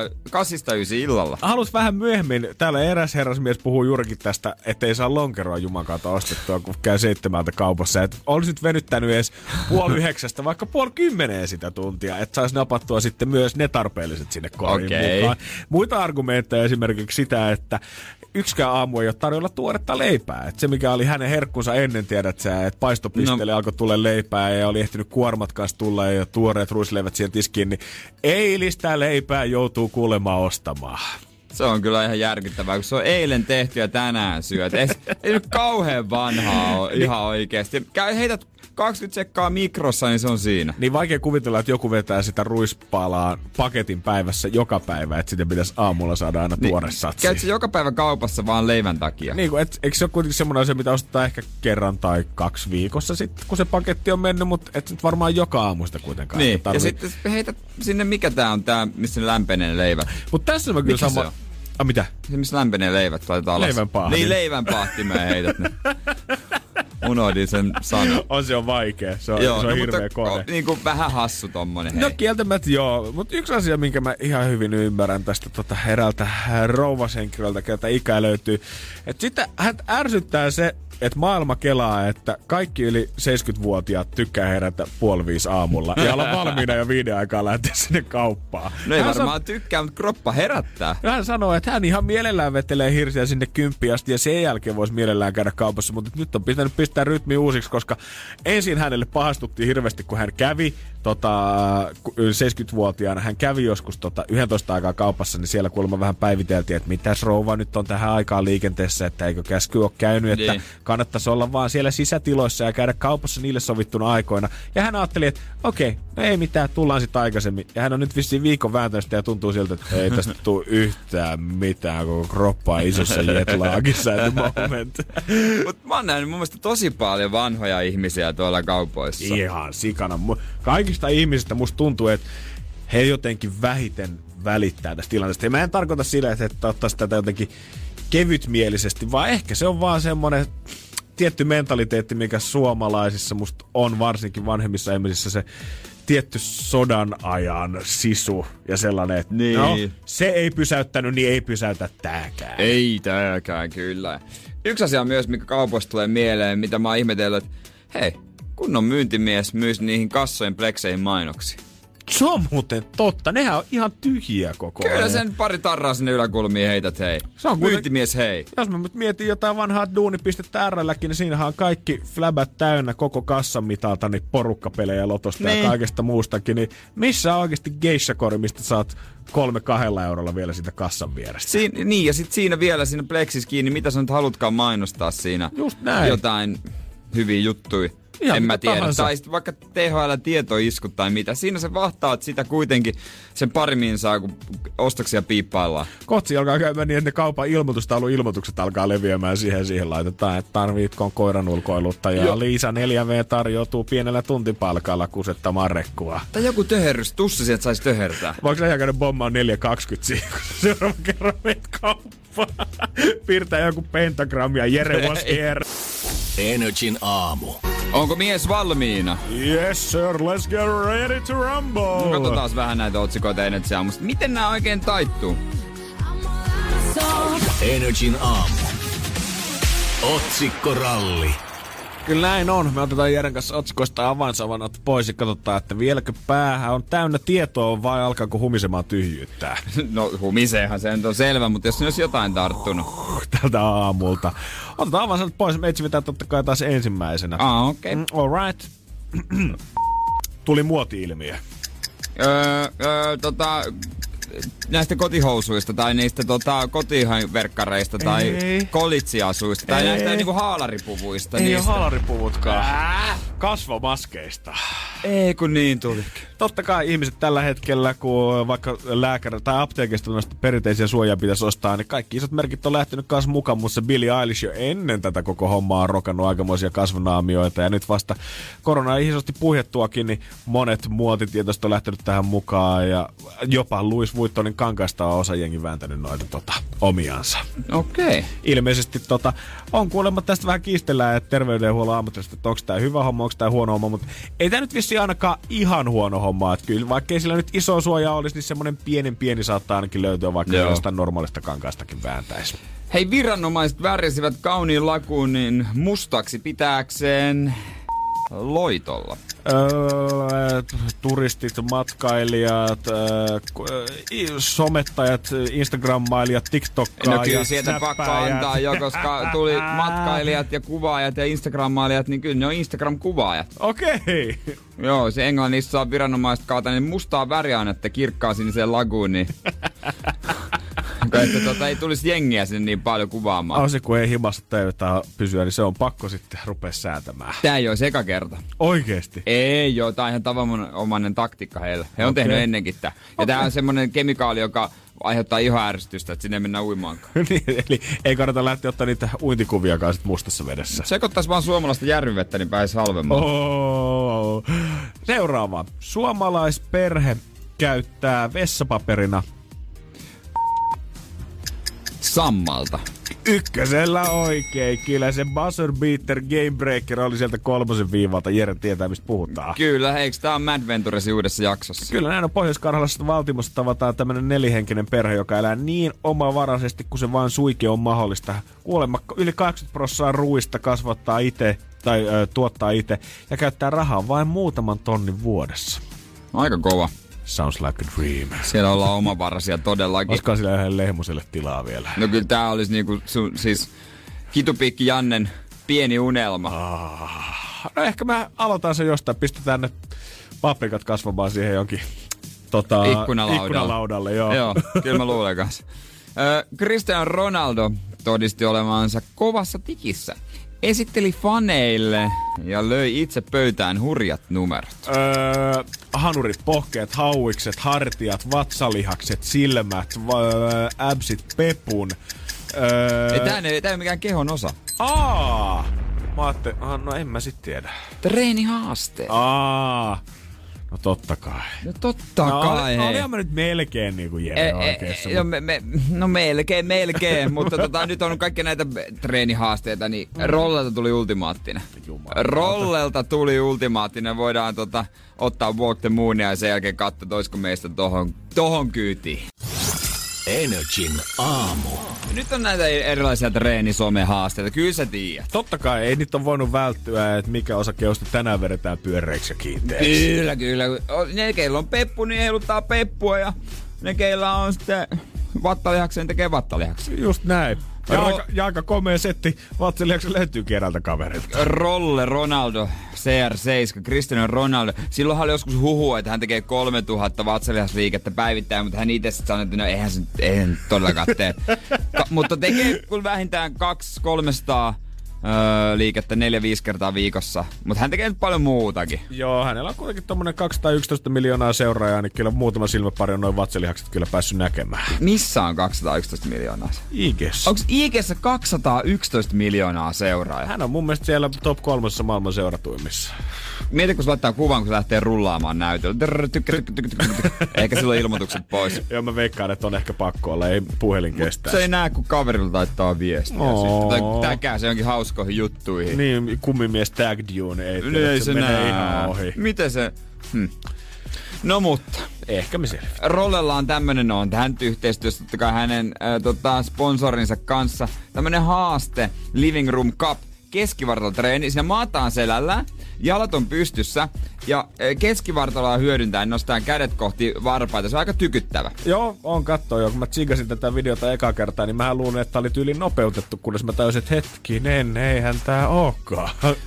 D: 8-9 illalla?
E: Halus vähän myöhemmin. Täällä eräs herrasmies puhuu juurikin tästä, ettei saa lonkeroa jumakauta ostettua, kun käy 7 kaupassa. Et olisit venyttänyt edes 8:30, vaikka 9:30 sitä tuntia, että saisi napattua sitten myös ne tarpeelliset sinne koriin mukaan. Muita argumentteja esimerkiksi sitä, että yksikään aamu ei ole tarjolla tuoretta leipää. Et se, mikä oli hänen herkkunsa ennen, tiedät sä, että paistopisteelle alkoi tulla leipää ja oli ehtinyt kuormat kanssa tulla ja tuoreet ruisleivät siihen tiskiin, niin eilistä leipää joutuu kuulemaan ostamaan.
D: Se on kyllä ihan järkyttävää, kun se on eilen tehty ja tänään syöt. Ei nyt kauhean vanhaa ole ihan oikeesti. Heität 20 sekkaa mikrossa, niin se on siinä.
E: Niin vaikea kuvitella, että joku vetää sitä ruispalaa paketin päivässä joka päivä, että sitä pitäisi aamulla saada aina tuore satsi.
D: Käyt se joka päivä kaupassa vaan leivän takia?
E: Niin, eikö se ole kuitenkin semmoinen asia, mitä ostetaan ehkä kerran tai 2 viikossa sitten, kun se paketti on mennyt, mutta et nyt varmaan joka aamu sitä kuitenkaan.
D: Niin, ja sitten heität sinne, mikä tää on tää, missä lämpenee leivät.
E: Mutta tässä mä kyllä sama... Mitä?
D: Se, missä lämpenee leivät, laitetaan alas.
E: Leivänpahti.
D: Niin, leivänpahtimeen heität ne. Unohdin sen sanan.
E: Se on vaikea. Se on hirveä kone.
D: Niin kuin vähän hassu tommonen.
E: No kieltämättä joo. Mutta yksi asia, minkä mä ihan hyvin ymmärrän tästä eräältä rouvashenkilöltä, keltä ikää löytyy. Että sitten hän ärsyttää se, että maailma kelaa, että kaikki yli 70-vuotiaat tykkää herätä 4:30 aamulla ja olla valmiina jo 5 aikaa lähteä sinne kauppaan.
D: No ei varmaan tykkää, mutta kroppa herättää.
E: Hän sanoo, että hän ihan mielellään vetelee hirsiä sinne 10 asti ja sen jälkeen voisi mielellään käydä kaupassa, mutta nyt on pitänyt pistää rytmi uusiksi, koska ensin hänelle pahastuttiin hirveästi, kun hän kävi 70-vuotiaana. Hän kävi joskus 11 aikaa kaupassa, niin siellä kuulemma vähän päiviteltiin, että mitäs rouva nyt on tähän aikaan liikenteessä, että eikö käsky ole käynyt, että kannattaisi olla vaan siellä sisätiloissa ja käydä kaupassa niille sovittuna aikoina. Ja hän ajatteli, että okei, no ei mitään, tullaan sitten aikaisemmin. Ja hän on nyt vissiin viikon vääntänyt ja tuntuu siltä, että ei tästä tule yhtään mitään, koko kroppa on isossa jetlaagissa at the moment.
D: Mutta mä oon nähnyt mun mielestä tosi paljon vanhoja ihmisiä tuolla kaupoissa.
E: Ihan sikana. Kaikista ihmisistä musta tuntuu, että he jotenkin vähiten välittää tästä tilanteesta. Ja mä en tarkoita sillä, että ottaisi tätä jotenkin kevytmielisesti, vaan ehkä se on vaan semmoinen tietty mentaliteetti, mikä suomalaisissa musta on varsinkin vanhemmissa ihmisissä se tietty sodan ajan sisu ja sellainen, että
D: niin.
E: No, se ei pysäyttänyt, niin ei pysäytä tääkään.
D: Ei tääkään, kyllä. Yksi asia myös, mikä kaupoista tulee mieleen, mitä mä oon ihmetellyt, että hei, kunnon myyntimies myys niihin kassojen plekseihin mainoksia.
E: Se on muuten totta. Nehän on ihan tyhjiä koko ajan.
D: Kyllä sen pari tarraa sinne yläkulmiin heität, hei.
E: Se on
D: myyntimies, hei.
E: Jos mä mietin jotain vanhaa duunipistettä RL:kin, niin siinähän on kaikki flabät täynnä koko kassan mitalta, niin porukkapelejä Lotosta ja kaikesta muustakin. Niin missä on oikeasti geishakori, mistä saat 3-2 eurolla vielä siitä kassan vierestä?
D: Niin, ja sit siinä vielä siinä pleksissä kiinni, mitä sä nyt halutkaan mainostaa siinä.
E: Just näin.
D: Jotain hyviä juttuja.
E: Ihan
D: en mä tiedä.
E: Tahansa.
D: Tai sitten vaikka THL-tietoiskut tai mitä. Siinä sä vahtaat sitä kuitenkin sen parimin saa, kun ostoksia piippaillaan.
E: Kohti alkaa käymään niin, että ne kaupan ilmoitukset alkaa leviämään siihen laitetaan, että tarvitko koiran ulkoiluttajaa. Liisa 4V tarjoutuu pienellä tuntipalkalla kusettamaan rekkua.
D: Tai joku töherrys, tussi sieltä saisi töhertää.
E: Voinko sä käydä bommaan 4.20 siihen, kun seuraavan kerran meet kauppaan? Piirtää joku pentagram ja Jere was here.
C: Energin aamu.
D: Onko mies valmiina?
E: Yes sir, let's get ready to rumble.
D: Katsotaan vähän näitä otsikoita Energin aamusta. Miten nämä oikein taittuu?
C: Energin aamu. Otsikkoralli.
E: Kyllä näin on. Me otetaan Jeren kanssa otsikoista avainsavanat pois ja katsotaan, että vieläkö päähän on täynnä tietoa vai alkaako humisemaan tyhjyyttää.
D: No humiseehan se on selvä, mutta jos olisi jotain tarttunut.
E: Tältä aamulta. Otetaan avainsanat pois. Me etsivitään totta kai taas ensimmäisenä.
D: Okei.
E: All right. Tuli muoti-ilmiö.
D: Näistä kotihousuista tai niistä kotiverkkareista tai kolitsiasuista tai näistä niinku haalaripuvuista.
E: Ei
D: niistä.
E: ole haalaripuvutkaan. Kasvomaskeista.
D: Ei kun niin tuli.
E: Totta kai ihmiset tällä hetkellä, kun vaikka lääkäri tai apteekista noista perinteisiä suojaa pitäisi ostaa, niin kaikki isot merkit on lähtenyt kanssa mukaan, mutta Billie Eilish jo ennen tätä koko hommaa on rokannut aikamoisia kasvonaamioita ja nyt vasta korona isosti puhjettuakin, niin monet muotitietoista on lähtenyt tähän mukaan ja jopa Louis Vuittonin kankaista on osa jengi vääntänyt noita omiansa.
D: Okei.
E: Ilmeisesti on kuulemma tästä vähän kiistellään, että terveydenhuollon ammattilaiset, että onko tämä hyvä homma, onko tämä huono homma, mutta ei tämä nyt vissiin ainakaan ihan huono homma, että kyllä vaikka ei sillä nyt iso suoja olisi, niin semmoinen pieni saattaa ainakin löytyä, vaikka jostain normaalista kankaastakin vääntäisi.
D: Hei, viranomaiset värjäsivät kauniin lakuunin mustaksi pitääkseen loitolla.
E: Turistit, matkailijat, somettajat, Instagrammailijat, TikTokkaajat,
D: no kyllä sieltä pakko antaa jo, koska tuli matkailijat ja kuvaajat ja Instagrammailijat, niin kyllä ne on Instagram-kuvaajat.
E: Okei.
D: Joo, se Englannissa on viranomaiset kautta niin mustaa väriainetta kirkkaa siniseen laguuniin. Että ei tulisi jengiä sinne niin paljon kuvaamaan.
E: Se kun ei himassa täyttää pysyä, niin se on pakko sitten rupea säätämään.
D: Tää ei ole eka kerta.
E: Oikeesti?
D: Ei joo, tää on ihan tavanomainen taktiikka heillä. He on tehnyt ennenkin tää. Ja tää on semmonen kemikaali, joka aiheuttaa ihoärsytystä, että sinne mennään uimaankaan.
E: Niin, eli ei kannata lähteä ottaa niitä uintikuviakaan sit mustassa vedessä.
D: Sekoittaisi vaan suomalaista järvivettä, niin pääisi halvemmaan.
E: Seuraava. Suomalaisperhe käyttää vessapaperina
D: sammalta.
E: Ykkösellä oikein. Kyllä se buzzer beater game breaker oli sieltä 3 viivalta. Jere tietää, mistä puhutaan.
D: Kyllä, eikö tää on Mad Venturesin uudessa jaksossa?
E: Kyllä, näin on Pohjois-Karjalassa Valtimossa tavataan tämmönen 4-henkinen perhe, joka elää niin omavaraisesti kuin se vaan suike on mahdollista. Kuulemma yli 80% ruuista kasvattaa itse tai tuottaa itse ja käyttää rahaa vain muutaman tonnin vuodessa.
D: Aika kova.
E: Sounds like a dream.
D: Siellä ollaan omavaraisia todellakin.
E: Olisiko sillä yhden lehmuselle tilaa vielä?
D: No kyllä tää olisi niinku siis Kitupiikki Jannen pieni unelma.
E: No ehkä mä aloitan sen jostain. Pistetään ne paprikat kasvamaan siihen jonkin ikkunalaudalle. Joo,
D: kyllä mä luulen kanssa. Cristiano Ronaldo todisti olevansa kovassa tikissä. Esitteli faneille ja löi itse pöytään hurjat numerot.
E: Hanurit, pohkeet, hauikset, hartiat, vatsalihakset, silmät, äbsit, pepun.
D: Tää ei ole mikään kehon osa.
E: Mä ajattelin, no en mä sit tiedä.
D: Treenihaaste.
E: No totta kai.
D: No totta kai.
E: Olihan mä nyt melkein niinku Jere oikeassa.
D: No melkein, mutta nyt on kaikki näitä treenihaasteita, niin Rollelta tuli ultimaattinen. Rollelta tuli ultimaattinen. Voidaan ottaa Walk the Moonia ja sen jälkeen katsoa, olisiko meistä tohon kyytiin.
C: Energin aamu.
D: Nyt on näitä erilaisia treenisome-haasteita. Kyllä sä tiedät.
E: Totta kai, ei niitä ole voinut välttyä, että mikä osa keosta tänään vedetään pyöreiksi ja kiinteäksi.
D: Kyllä. Ne, keillä on peppu, niin heiluttaa peppua ja ne, keillä on sitten vattalihaksen, tekee vattalihaksen.
E: Just näin. Ja aika komea setti vatsalihaksen löytyy kerältä kaverilta.
D: Ronaldo, CR7, Cristiano Ronaldo. Silloinhan oli joskus huhua, että hän tekee 3000 vatsalihasliikettä päivittäin, mutta hän itse sanoi, että no eihän todellakaan tee. Mutta tekee kyllä vähintään 200-300 liikettä 4-5 kertaa viikossa. Mutta hän tekee nyt paljon muutakin.
E: Joo, hänellä on kuitenkin tommonen 211 miljoonaa seuraajaa, niin kyllä muutama silmäpari on noin vatsalihakset kyllä päässyt näkemään.
D: Missä on 211 miljoonaa?
E: IG:ssä.
D: Onko IG:ssä 211 miljoonaa seuraajaa?
E: Hän on mun mielestä siellä top 3 maailman seuratuimmissa.
D: Mieti, kun se laittaa kuvan, kun se lähtee rullaamaan näytöllä. Eikä silloin ilmoitukset pois.
E: Joo, mä veikkaan, että on ehkä pakko olla. Ei puhelin kestää.
D: Se ei näe, kun kaverilla taittaa viestiä. Täkää se jonkin hauskoihin juttuihin.
E: Niin, kummimies tagged you, ei se menee ihan ohi.
D: Miten se... No mutta.
E: Ehkä me selvitään.
D: Rollella on tämmönen tähän yhteistyössä totta kai hänen sponsorinsa kanssa. Tämmönen haaste, Living Room Cup. Keskivartalotreeni. Siinä maataan selällä, jalat on pystyssä ja keskivartaloa hyödyntäen nostaa kädet kohti varpaita. Se on aika tykyttävä.
E: Joo, on katsoa jo. Kun mä tsiikasin tätä videota eka kertaa, niin mähän luulin, että tää oli tyyliin nopeutettu, kunnes mä tajusin, että hetkinen, eihän tää ookaan.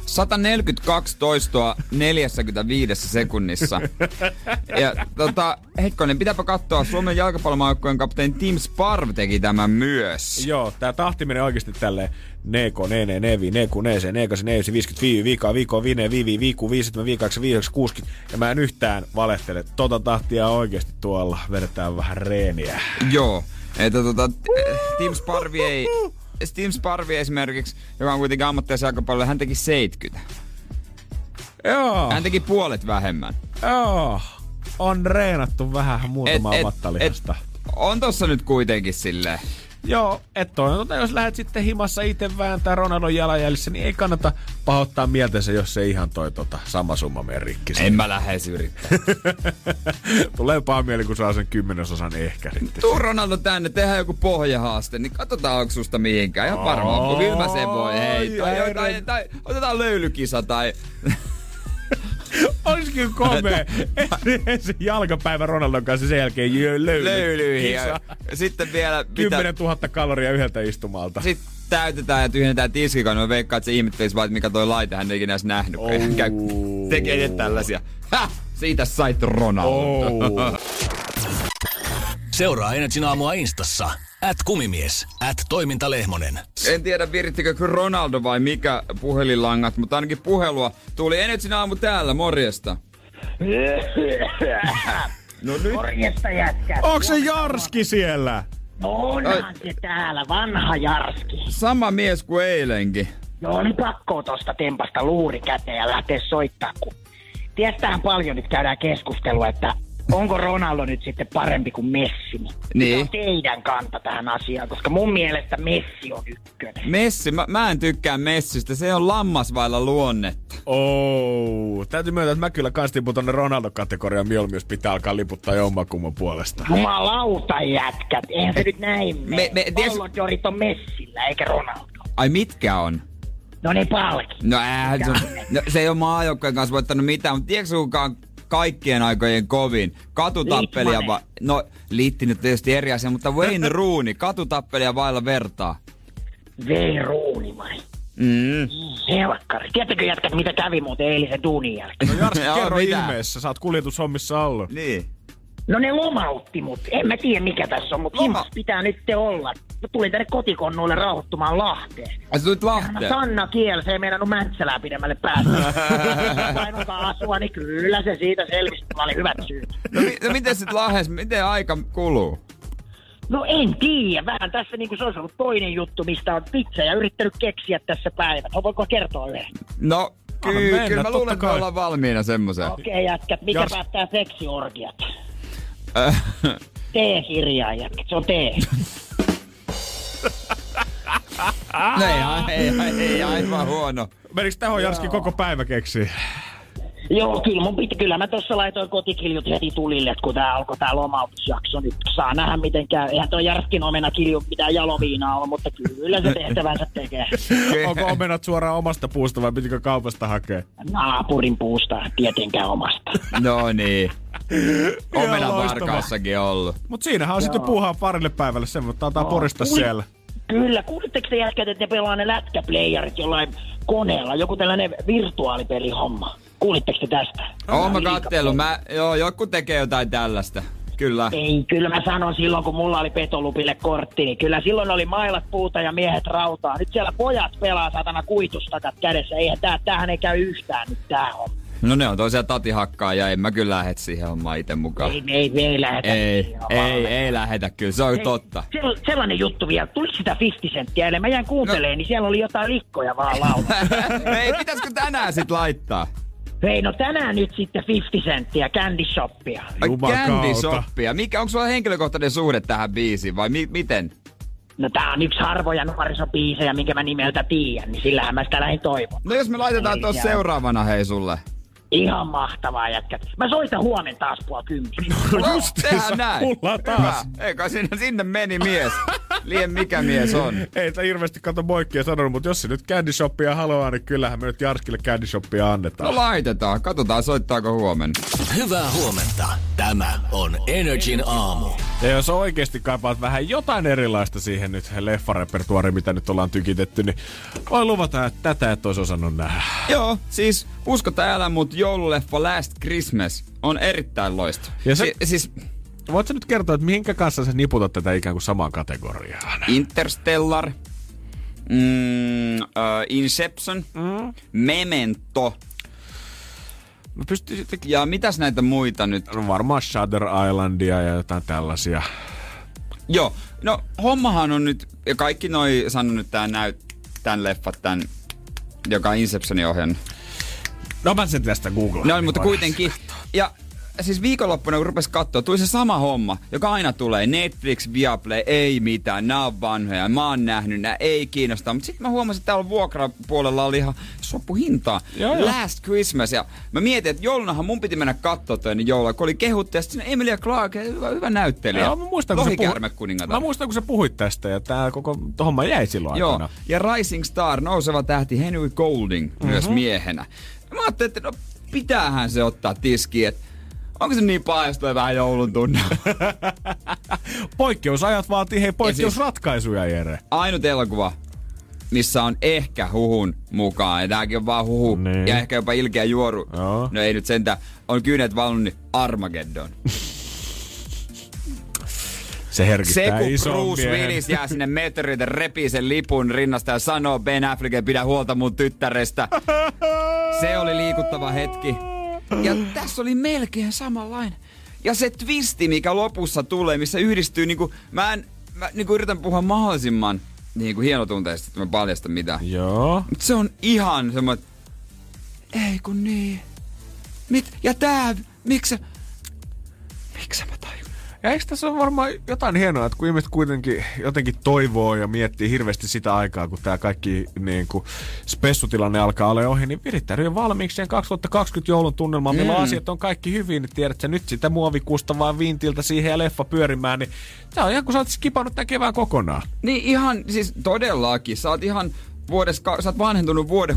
D: 142 toistoa 45 sekunnissa. Ja hetkonen, pitääpä katsoa. Suomen jalkapallomaajoukkueen kapteeni Tim Sparv teki tämän myös.
E: Joo, tää tahti menee oikeesti tälleen. Neeko, nevi, neku, neese, neekasi, neesi, 50, viikko, vine, viikku, 50, viikaksi, 60. Ja mä en yhtään valehtele. Tahtia oikeesti tuolla. Vedetään vähän reeniä.
D: Joo. Että Tim Sparvi esimerkiksi, joka on kuitenkin ammattilaisen aika paljon, hän teki 70.
E: Joo.
D: Hän teki puolet vähemmän.
E: Joo. On reenattu vähän muutamaa vattalihasta.
D: On tossa nyt kuitenkin silleen.
E: Joo, jos lähdet sitten himassa itse vääntää Ronaldon jalanjäljissä, niin ei kannata pahoittaa mieltänsä, jos se ihan sama summa mene rikki.
D: En mä lähes yrittää.
E: Tulee paha mieli, kun saa sen 10% ehkä sitten.
D: Tuu Ronaldo tänne, tehdään joku pohjahaaste, niin katsotaan onko susta mihinkään. Ihan varmaan, kun kyllä mä sen voi. Tai otetaan löylykisa tai...
E: Olisikin komea. Ensin jalkapäivä Ronaldon kanssa, sen jälkeen löylyihin.
D: Sitten vielä...
E: 10 000 kaloria yhdeltä istumalta.
D: Sitten täytetään ja tyhjennetään tiskikan. Mä veikkaan, että se ihmettelisi vaan, että mikä toi laite hän ei ikinä edes nähnyt. Tekee tällaisia. Siitä sait Ronaldo.
C: Seuraa Energin aamua Instassa. @kumimies, @toimintalehmonen.
D: En tiedä virittikö Ronaldo vai mikä puhelinlangat, mutta ainakin puhelua tuli. Energin aamu täällä, morjesta.
H: No nyt. Morjesta jätkät.
E: Onks se Jarski siellä?
H: No onhan se täällä, vanha Jarski.
D: Sama mies kuin eilenkin.
H: Joo, oli pakko tosta tempasta luuri käteen ja lähteä soittaa, kun tietäähän paljon nyt käydään keskustelua, että onko Ronaldo nyt sitten parempi kuin Messi?
D: Niin.
H: Mikä on teidän kanta tähän asiaan? Koska mun mielestä Messi on ykkönen.
D: Messi? Mä en tykkää Messistä. Se on lammas vailla luonnetta.
E: Täytyy myöntää, että mä kyllä kans tipun tonne Ronaldo-kategoriaan mieluummin, jos pitää alkaa liputtaa jommankumman puolesta.
H: Jumalauta jätkät. Eihän se nyt näin mene. Pallodorit on Messillä, eikä Ronaldo.
D: Ai mitkä on?
H: No ne palkit.
D: Se ei ole maajoukkojen kanssa voittanut mitään, mutta tiedätkö kuka on kaikkien aikojen kovin? Katutappelia Liitti nyt tietysti eri asia, mutta Wayne Rooney, katutappelia vailla vertaa.
H: Wayne Rooney vai? Helkkari. Tiedättekö jätkät, mitä kävi muuten eilisen duunin jälkeen?
E: No Jarski, kerro ihmeessä. Sä oot kuljetushommissa ollut.
D: Niin.
H: No ne lomautti mut. En mä tiedä mikä tässä on, mutta himas pitää nyt olla. Mä tulin tänne kotikonnuille rauhoittumaan Lahteen.
D: Ai sä tulit Lahteen?
H: Sanna kielsi, ei meinannut Mäntsälää pidemmälle päästä. Paino kaasua, niin kyllä se siitä selvisi. Mulla oli hyvät syyt.
D: No miten sit Lahdessa, miten aika kuluu?
H: No en tiedä. Vähän tässä niinku se olisi ollut toinen juttu, mistä on pizza ja yrittänyt keksiä tässä päivät. Voiko kertoa yhden?
D: No, Kyllä mä luulen, että me ollaan valmiina semmoseen.
H: Okei, jätkät, mikä päättää seksiorgiat? T-kirjaa, jätkät, se on T.
D: Ei aivan huono.
E: Menikö tähän Jarski koko päivä keksii?
H: Joo, kyllä mä tossa laitoin kotikiljut heti tulille, että kun alkoi tää lomautusjakso, nyt saa nähdä miten käy. Eihän toi Jarskin omenakilju mitään jaloviinaa ole, mutta kyllä se tehtävänsä tekee.
E: Onko omenat suoraan omasta puusta vai pitikö kaupasta hakea?
H: Naapurin puusta, tietenkään omasta.
D: No niin. Omenan varkaassakin ollut.
E: Mut siinähän on sitten puuhaa parille päivälle, sen mutta antaa porista siellä.
H: Kyllä, kuulitteko te jätkät, että ne pelaa ne lätkäplayerit jollain koneella, joku tällainen virtuaalipelihomma? Kuulitteko te tästä?
D: Oon mä kattellut. Joku tekee jotain tällaista. Kyllä.
H: Ei, kyllä mä sanon silloin, kun mulla oli petolupille kortti, niin kyllä silloin oli mailat puuta ja miehet rautaa. Nyt siellä pojat pelaa satana kuitustakat kädessä. Eihän tämähän ei käy yhtään nyt tää homma.
D: No ne on tosiaan tatihakkaa ja en mä kyllä lähde siihen hommaan ite mukaan.
H: Ei lähetä.
D: Ei lähetä kyllä, se on totta.
H: Sellainen juttu vielä, tuliko sitä 50 senttiä, eli mä jäin kuuntelemaan, niin siellä oli jotain likkoja vaan laulaa.
D: Ei, pitäisikö tänään sit laittaa?
H: Hei, no tänään nyt sitten 50 senttiä Candy Shoppia.
D: Candy Shoppia. Onko sulla henkilökohtainen suhde tähän biisiin vai miten?
H: No tää on yksi harvoja nuorisobiisejä, minkä mä nimeltä tiedän, niin sillähän mä sitä lähdin toivon.
D: No jos me laitetaan tuossa seuraavana hei sulle.
H: Ihan mahtavaa jätkät. Mä soitan huomen taas 9:30.
E: No just
D: tehdään näin.
E: Mulla taas.
D: Eikä sinne meni mies. Lien mikä mies on.
E: Ei sitä hirveästi kato moikkia sanonut, mutta jos se nyt Candy Shoppia haluaa, niin kyllähän me nyt Jarskille Candy Shoppia annetaan.
D: No laitetaan. Katsotaan soittaako huomenna.
C: Hyvää huomenta. Tämä on Energin aamu.
E: Ja jos oikeesti kaipaat vähän jotain erilaista siihen nyt leffarepertuariin, mitä nyt ollaan tykitetty, niin voi luvata, että tätä et ois osannut nähdä.
D: Joo, siis usko tai älä, mut joululeffa Last Christmas on erittäin loistava.
E: Ja siis voit sä nyt kertoa, että mihinkä kanssa sä niputat tätä ikään kuin samaan kategoriaan?
D: Interstellar, Inception, Memento. Ja mitäs näitä muita nyt?
E: No varmaan Shutter Islandia ja jotain tällaisia.
D: Joo, no hommahan on nyt, ja kaikki noi sanoo nyt tän leffat, joka on Inceptionin ohjannut.
E: No mä sen tästä googlaan.
D: No mutta kuitenkin. Ja siis viikonloppuna kun rupes kattoo, tuli se sama homma, joka aina tulee. Netflix, Viaplay, ei mitään, nää on vanhoja, mä oon nähnyt, nää ei kiinnosta. Mutta sitten mä huomasin, että täällä vuokrapuolella oli ihan soppuhintaa. Last Christmas. Ja mä mietin, että joulunahan mun piti mennä kattoo toinen joulua, kun oli kehuttu. Ja sitten Emilia Clarke, hyvä näyttelijä.
E: Joo, mä muistan, kun sä puhuit tästä ja tää koko homma jäi silloin aikana.
D: Ja Rising Star, nouseva tähti Henry Golding, myös miehenä. Mä ajattelin, että no pitäähän se ottaa tiskiin, että onko se niin paha, jos tulee vähän joulun tunne?
E: Poikkeusajat vaatii poikkeusratkaisuja, Jere.
D: Ainut elokuva, missä on ehkä huhun mukaan, ja tääkin on vaan huhu, ja ehkä jopa ilkeä juoru. Joo. No ei nyt sentään, on kyyneet valunut, niin Armageddon.
E: Se herkittää ison
D: Bruce
E: miehen.
D: Willis jää sinne meteoriiden, repii sen lipun rinnasta ja sanoo Ben Affleck, pidä huolta mun tyttärestä. Se oli liikuttava hetki. Ja tässä oli melkein samanlainen. Ja se twisti, mikä lopussa tulee, missä yhdistyy niinku, mä niinku yritän puhua mahdollisimman niinku hienotunteisesti, että mä paljastan mitään.
E: Joo.
D: Mut se on ihan semmoinen, ei kun niin. Ja tää, miksi mä tajun?
E: Ja eikö tässä ole varmaan jotain hienoa, että kun ihmiset kuitenkin jotenkin toivoo ja miettii hirveästi sitä aikaa, kun tää kaikki niin kuin spessutilanne alkaa olla ohi, niin virittäydy jo valmiiksi sen 2020 joulun tunnelmaan, milloin asiat on kaikki hyvin, niin tiedät sä nyt sitä muovikusta vaan vintiltä siihen ja leffa pyörimään, niin se on ihan kuin sä oot skipannut tämän kevään kokonaan.
D: Niin ihan, siis todellakin, sä oot ihan sä oot vanhentunut vuoden.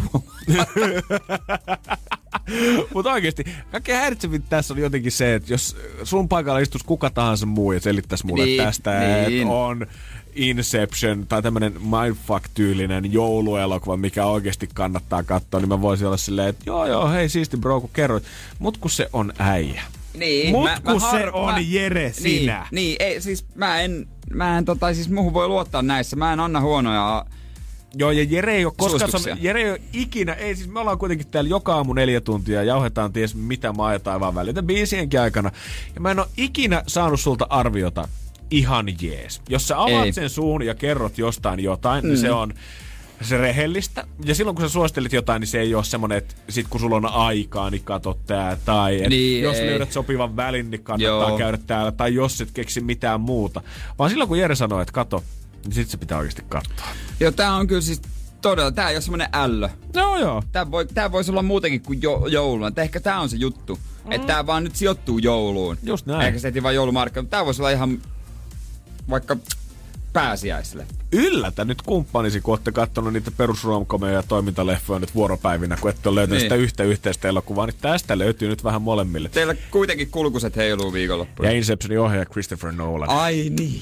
E: Mutta oikeesti, kaikkein häiritsevintä tässä oli jotenkin se, että jos sun paikalla istus kuka tahansa muu ja selittäisi mulle tästä, että on Inception tai tämmönen mindfuck-tyylinen jouluelokuva, mikä oikeesti kannattaa katsoa, niin mä voisin olla silleen, että joo, hei siisti bro, kun kerroit. Mut kun se on äijä.
D: Niin.
E: Se on Jere sinä.
D: Niin, ei, siis mä en siis muuhun voi luottaa näissä. Mä en anna huonoja.
E: Joo, ja Jere ei ole koskaan, Jere ei ole ikinä, ei siis me ollaan kuitenkin täällä joka aamu 4 tuntia, jauhetaan ties mitä maa ja taivaan välillä, biisienkin aikana. Ja mä en ole ikinä saanut sulta arviota ihan jees. Jos sä avaat sen suun ja kerrot jostain jotain, niin se on se rehellistä. Ja silloin kun sä suosittelit jotain, niin se ei ole semmonen, että sit kun sulla on aikaa, niin kato tää. Tai niin, jos löydät sopivan välin, niin kannattaa käydä täällä. Tai jos et keksi mitään muuta. Vaan silloin kun Jere sanoo, että kato, niin sit se pitää oikeasti katsoa.
D: Joo, tää on kyllä siis todella, tää ei ole semmonen ällö.
E: No joo.
D: Tää voisi olla muutenkin kuin jouluna. Ehkä tää on se juttu. Että tää vaan nyt sijoittuu jouluun.
E: Just näin.
D: Eikä se heti vaan joulumarkkinoille. Mutta tää voisi olla ihan vaikka pääsiäiselle.
E: Yllätä nyt kumppanisi, kun olette kattonut niitä perusromkomeja ja toimintaleffoja nyt vuoropäivinä, kun ette ole löytänyt sitä yhtä yhteistä elokuvaa, niin tästä löytyy nyt vähän molemmille.
D: Teillä kuitenkin kulkuset heiluu viikonloppuun.
E: Ja Inceptionin ohjaaja Christopher Nolan.
D: Ai niin.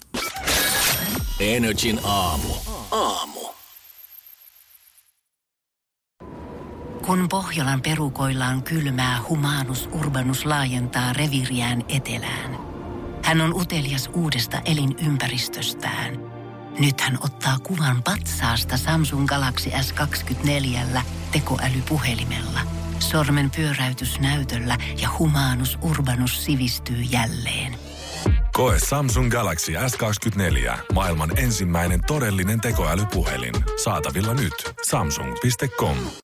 C: NRJ:n aamu.
A: Kun Pohjolan perukoillaan kylmää, Humanus Urbanus laajentaa reviiriään etelään. Hän on utelias uudesta elinympäristöstään. Nyt hän ottaa kuvan patsaasta Samsung Galaxy S24 tekoälypuhelimella. Sormen pyöräytys näytöllä ja Humanus Urbanus sivistyy jälleen.
B: Koe Samsung Galaxy S24. Maailman ensimmäinen todellinen tekoälypuhelin. Saatavilla nyt. Samsung.com.